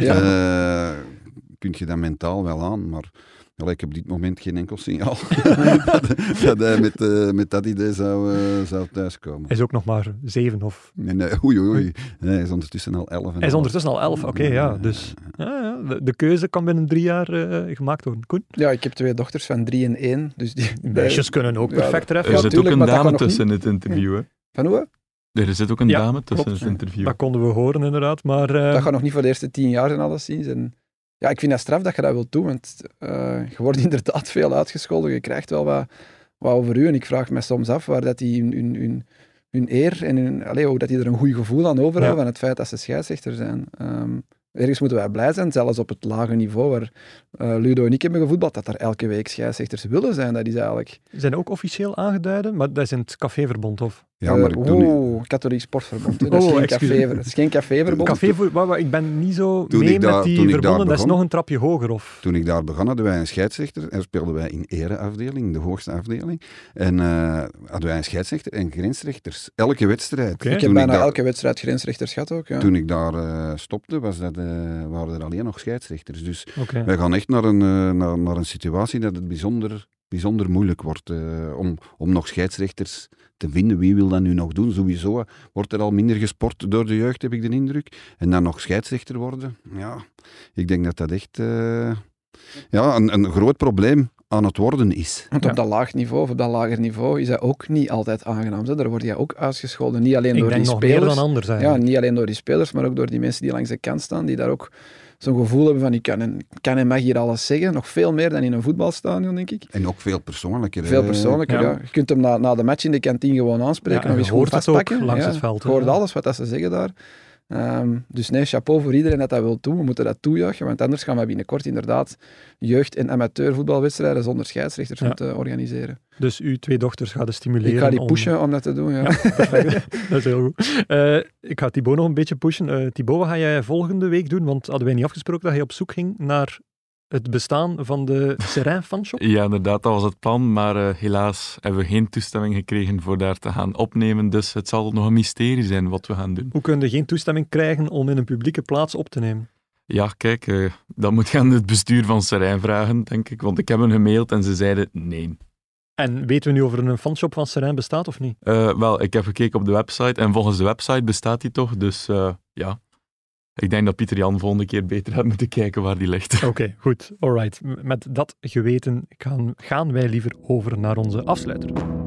Kun je dat mentaal wel aan, maar ik heb op dit moment geen enkel signaal dat hij met dat idee zou thuiskomen. Hij is ook nog maar 7 of... Nee, oei. Nee, hij is ondertussen al 11. Hij is ondertussen al 11, oké. Dus de keuze kan binnen 3 jaar gemaakt worden. Koen? Ja, ik heb 2 dochters van 3 en 1. Dus die meisjes kunnen ook perfect treffen. Er zit ook een dame tussen in het interview, hè? Van hoe? Er zit ook een dame tussen in het interview. Dat konden we horen, inderdaad. Maar, dat gaat nog niet voor de eerste 10 jaar zijn, alleszins. En ja, ik vind dat straf dat je dat wilt doen, want je wordt inderdaad veel uitgescholden. Je krijgt wel wat over u. En ik vraag me soms af waar dat die hun eer en hoe dat die er een goed gevoel aan overhouden van het feit dat ze scheidsrechter zijn. Ergens moeten wij blij zijn, zelfs op het lage niveau waar Ludo en ik hebben gevoetbald, dat er elke week scheidsrechters willen zijn. Dat is eigenlijk... Zijn ook officieel aangeduiden, maar dat is in het caféverbond, of? Ja, maar Katholiek Sportverbond. Dat is geen caféverbond. Ik ben niet zo mee met die verbonden, dat is nog een trapje hoger. Of? Toen ik daar begon, hadden wij een scheidsrechter en speelden wij in ereafdeling, de hoogste afdeling. En hadden wij een scheidsrechter en grensrechters. Elke wedstrijd. Okay. Ik heb bijna elke wedstrijd grensrechters gehad ook. Ja. Toen ik daar stopte, waren er alleen nog scheidsrechters. Dus wij gaan echt naar een situatie dat het bijzonder moeilijk wordt om nog scheidsrechters te vinden. Wie wil dat nu nog doen? Sowieso wordt er al minder gesport door de jeugd, heb ik de indruk. En dan nog scheidsrechter worden. Ja, ik denk dat dat echt een groot probleem aan het worden is. Want op dat laag niveau, of op dat lager niveau, is dat ook niet altijd aangenaam. Daar word je ook uitgescholden. Niet alleen door die spelers. Meer dan anders, niet alleen door die spelers, maar ook door die mensen die langs de kant staan, die daar ook zo'n gevoel hebben van, ik kan en mag hier alles zeggen. Nog veel meer dan in een voetbalstadion, denk ik. En ook veel persoonlijker. Veel persoonlijker, ja. Je kunt hem na de match in de kantine gewoon aanspreken. Nog eens goed vastpakken. Langs het veld. Je hoort alles wat ze zeggen daar. Dus nee, chapeau voor iedereen dat wil doen. We moeten dat toejuichen, want anders gaan we binnenkort inderdaad jeugd- en amateurvoetbalwedstrijden zonder scheidsrechters moeten organiseren. Dus uw 2 dochters gaan de stimuleren. Ik ga die pushen om dat te doen, ja. Dat is heel goed. Ik ga Thibaut nog een beetje pushen. Thibaut, wat ga jij volgende week doen? Want hadden wij niet afgesproken dat je op zoek ging naar het bestaan van de Seraing fanshop? Ja, inderdaad, dat was het plan, maar helaas hebben we geen toestemming gekregen voor daar te gaan opnemen, dus het zal nog een mysterie zijn wat we gaan doen. Hoe kun je geen toestemming krijgen om in een publieke plaats op te nemen? Ja, kijk, dat moet je aan het bestuur van Seraing vragen, denk ik, want ik heb hen gemaild en ze zeiden nee. En weten we nu of er een fanshop van Seraing bestaat of niet? Wel, ik heb gekeken op de website en volgens de website bestaat die toch, dus ja. Ik denk dat Pieter Jan volgende keer beter had moeten kijken waar die ligt. Oké, goed. Alright. Met dat geweten gaan wij liever over naar onze afsluiter.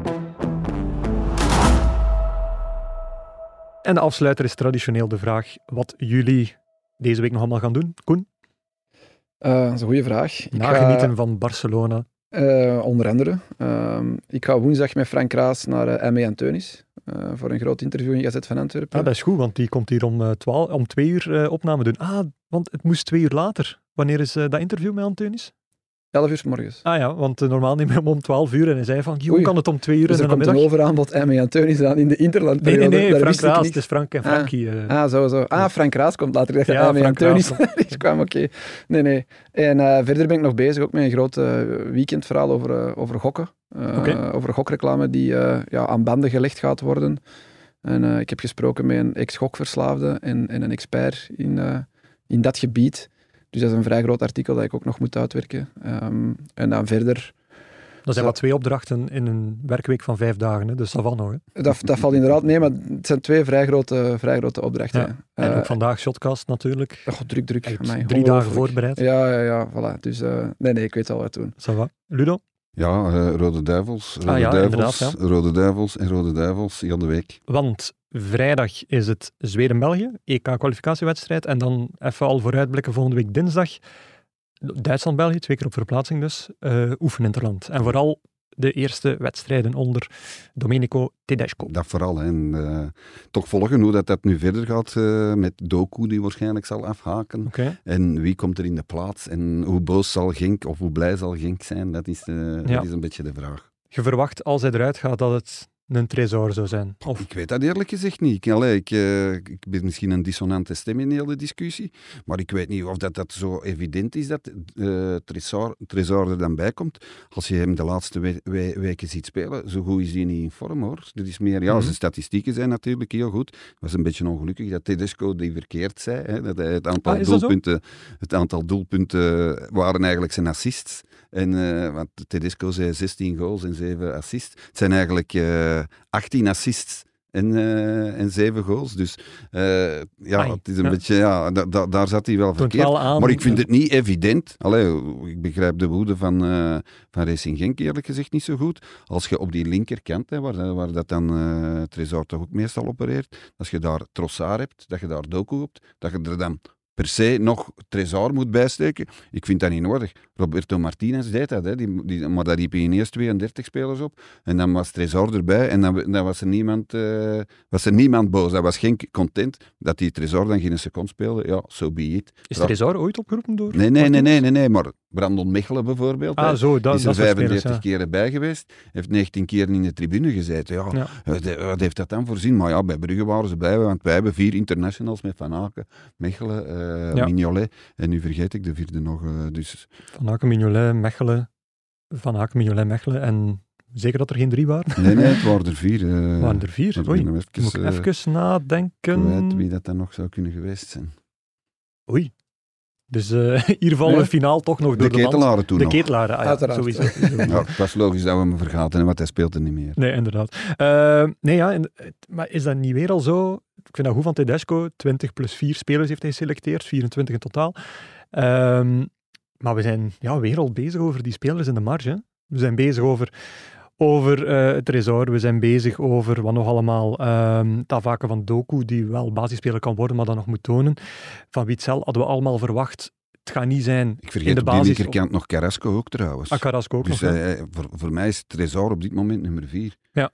En de afsluiter is traditioneel de vraag wat jullie deze week nog allemaal gaan doen. Koen? Dat is een goede vraag. Nagenieten van Barcelona. Onder andere. Ik ga woensdag met Frank Raas naar ME Anteunis voor een groot interview in Gazet van Antwerpen. Dat is goed, want die komt hier om 2 uur opname doen. Want het moest 2 uur later. Wanneer is dat interview met Anteunis? 11 uur 's morgens. Ja, want normaal nemen we hem om 12 uur en hij zei van, hoe kan het om 2 uur dus in de middag? Er komt een overaanbod ME Anteunis aan in de interlandperiode. Nee, Frank Raas, het is Frank en Frankie. Zo. Frank Raas komt later. Ik dacht ME Anteunis kwam, oké. Nee. En verder ben ik nog bezig ook met een groot weekendverhaal over gokken. Over gokreclame die aan banden gelegd gaat worden. En ik heb gesproken met een ex-gokverslaafde en een expert in dat gebied. Dus dat is een vrij groot artikel dat ik ook nog moet uitwerken. En dan verder... Dat zijn wat 2 opdrachten in een werkweek van 5 dagen, hè? Dus dat valt nog. Hè? Dat valt inderdaad mee, maar het zijn 2 vrij grote opdrachten. Ja. En ook vandaag Shotcast natuurlijk. Druk. 3 dagen voorbereid. Ja, voilà. Dus nee, ik weet al wat doen. Ça va. Ludo? Ja, Rode Duivels. Rode Duivels, heel de week. Want vrijdag is het Zweden-België, EK-kwalificatiewedstrijd. En dan even al vooruitblikken volgende week dinsdag. Duitsland-België, 2 keer op verplaatsing dus, oefeninterland. En vooral de eerste wedstrijden onder Domenico Tedesco. Dat vooral. En toch volgen hoe dat nu verder gaat met Doku, die waarschijnlijk zal afhaken. Okay. En wie komt er in de plaats? En hoe boos zal Genk, of hoe blij zal Genk zijn? Dat is een beetje de vraag. Je verwacht, als hij eruit gaat, dat het een Trésor zou zijn? Of? Ik weet dat eerlijk gezegd niet. Ik ben misschien een dissonante stem in de hele discussie, maar ik weet niet of dat zo evident is dat Trésor er dan bij komt. Als je hem de laatste weken ziet spelen, zo goed is hij niet in vorm, hoor. Dat is meer, zijn statistieken zijn natuurlijk heel goed. Het was een beetje ongelukkig dat Tedesco die verkeerd zei. Hè, dat hij het aantal doelpunten waren eigenlijk zijn assists. Want Tedesco zei 16 goals en 7 assists. Het zijn eigenlijk 18 assists en 7 goals. Dus het is een beetje... daar zat hij wel verkeerd. Maar ik vind het niet evident. Ik begrijp de woede van Racing Genk eerlijk gezegd niet zo goed. Als je op die linkerkant, waar dat dan Trésor toch ook meestal opereert, als je daar Trossard hebt, dat je daar Doku hebt, dat je er dan per se nog Trésor moet bijsteken. Ik vind dat niet nodig. Roberto Martinez deed dat, hè. Maar daar liepen ineens 32 spelers op. En dan was Trésor erbij en dan was er niemand boos. Dat was geen content dat die Trésor dan geen seconde speelde. Ja, so be it. Is Trésor ooit opgeroepen door? Nee. Maar Brandon Mechelen bijvoorbeeld, is er 35 keer bij geweest. Heeft 19 keer in de tribune gezeten. Ja. Wat heeft dat dan voorzien? Maar ja, bij Brugge waren ze blij, want wij hebben 4 internationals met Van Aken, Mechelen, Mignolet. En nu vergeet ik de 4e nog. Dus... Van Aken, Mignolet, Mechelen. En zeker dat er geen 3 waren? Nee, het waren er 4. Waren er 4? Oei, moet ik even nadenken. Ik weet wie dat dan nog zou kunnen geweest zijn. Oei. Dus hier vallen we finaal toch nog door de Ketelaren toen de nog. Ketelaren, uiteraard. Sowieso. Het was logisch dat we hem vergaten, want hij speelt er niet meer. Nee, inderdaad. Maar is dat niet weer al zo? Ik vind dat goed van Tedesco. 20 plus 4 spelers heeft hij geselecteerd, 24 in totaal. Maar we zijn weer al bezig over die spelers in de marge. Hè? We zijn bezig over het Trésor, we zijn bezig over wat nog allemaal, Tavake van Doku, die wel basisspeler kan worden, maar dat nog moet tonen. Van Witsel hadden we allemaal verwacht. Het gaat niet zijn ik vergeet in de basis... op die linkerkant nog Carrasco ook trouwens. Carrasco ook dus nog. Voor mij is Trésor op dit moment nummer 4. Ja.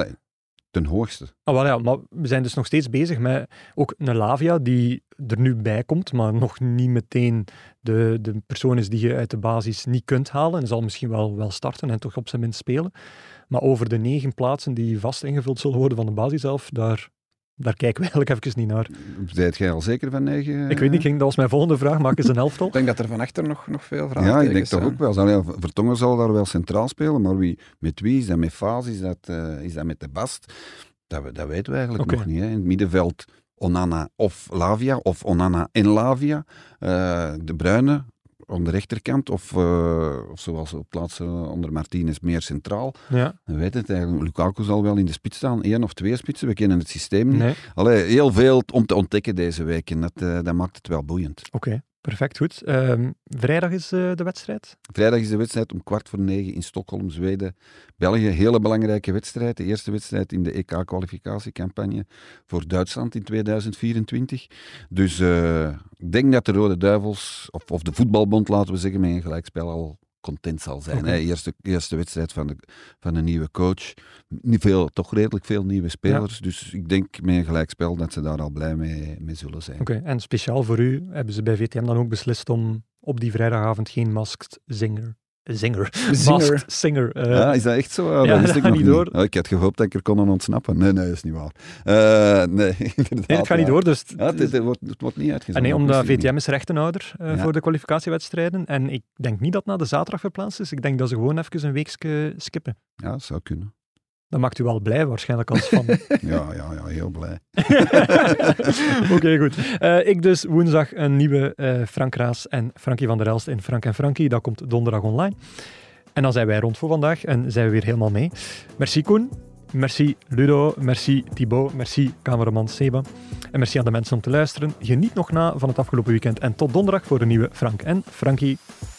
Ten hoogste. Maar we zijn dus nog steeds bezig met ook een Lavia die er nu bij komt, maar nog niet meteen de persoon is die je uit de basis niet kunt halen en zal misschien wel starten en toch op zijn minst spelen. Maar over de 9 plaatsen die vast ingevuld zullen worden van de basis zelf, daar kijken we eigenlijk even niet naar. Zijt jij al zeker van 9? Ik weet niet, dat was mijn volgende vraag. Maak eens een elftal. Ik denk dat er van achter nog veel vragen zijn. Ja, ik denk toch ook wel. Vertongen zal daar wel centraal spelen, maar met wie? Is dat met Faas? Is dat met de Bast? Dat weten we eigenlijk nog niet. Hè. In het middenveld Onana of Lavia, of Onana en Lavia. De Bruyne aan de rechterkant, of zoals op plaats onder Martinez meer centraal. Ja. We weten het eigenlijk. Lukaku zal wel in de spits staan. 1 of 2 spitsen, we kennen het systeem niet. Nee. Heel veel om te ontdekken deze week en dat maakt het wel boeiend. Oké. Perfect, goed. Vrijdag is de wedstrijd? Vrijdag is de wedstrijd om 8:45 in Stockholm, Zweden. België, hele belangrijke wedstrijd. De eerste wedstrijd in de EK-kwalificatiecampagne voor Duitsland in 2024. Dus ik denk dat de Rode Duivels, of de Voetbalbond, laten we zeggen, met een gelijkspel al content zal zijn. Okay. Eerste wedstrijd van een nieuwe coach. Toch redelijk veel nieuwe spelers. Ja. Dus ik denk met een gelijkspel dat ze daar al blij mee zullen zijn. Oké. En speciaal voor u hebben ze bij VTM dan ook beslist om op die vrijdagavond geen Masked Singer. Masked Singer. Is dat echt zo? Dat wist ik nog niet. Door. Ik had gehoopt dat ik er kon aan ontsnappen. Nee, dat is niet waar. Nee, het gaat niet door. Dus het wordt niet uitgezonden. Nee, omdat VTM is rechtenhouder voor de kwalificatiewedstrijden. En ik denk niet dat naar de zaterdag verplaatst is. Ik denk dat ze gewoon even een weekje skippen. Ja, dat zou kunnen. Dat maakt u wel blij waarschijnlijk als fan. Ja, heel blij. Oké, goed. Ik dus woensdag een nieuwe Frank Raas en Frankie van der Elst in Frank en Frankie. Dat komt donderdag online. En dan zijn wij rond voor vandaag en zijn we weer helemaal mee. Merci Koen, merci Ludo, merci Thibaut, merci cameraman Seba. En merci aan de mensen om te luisteren. Geniet nog van het afgelopen weekend en tot donderdag voor een nieuwe Frank en Frankie.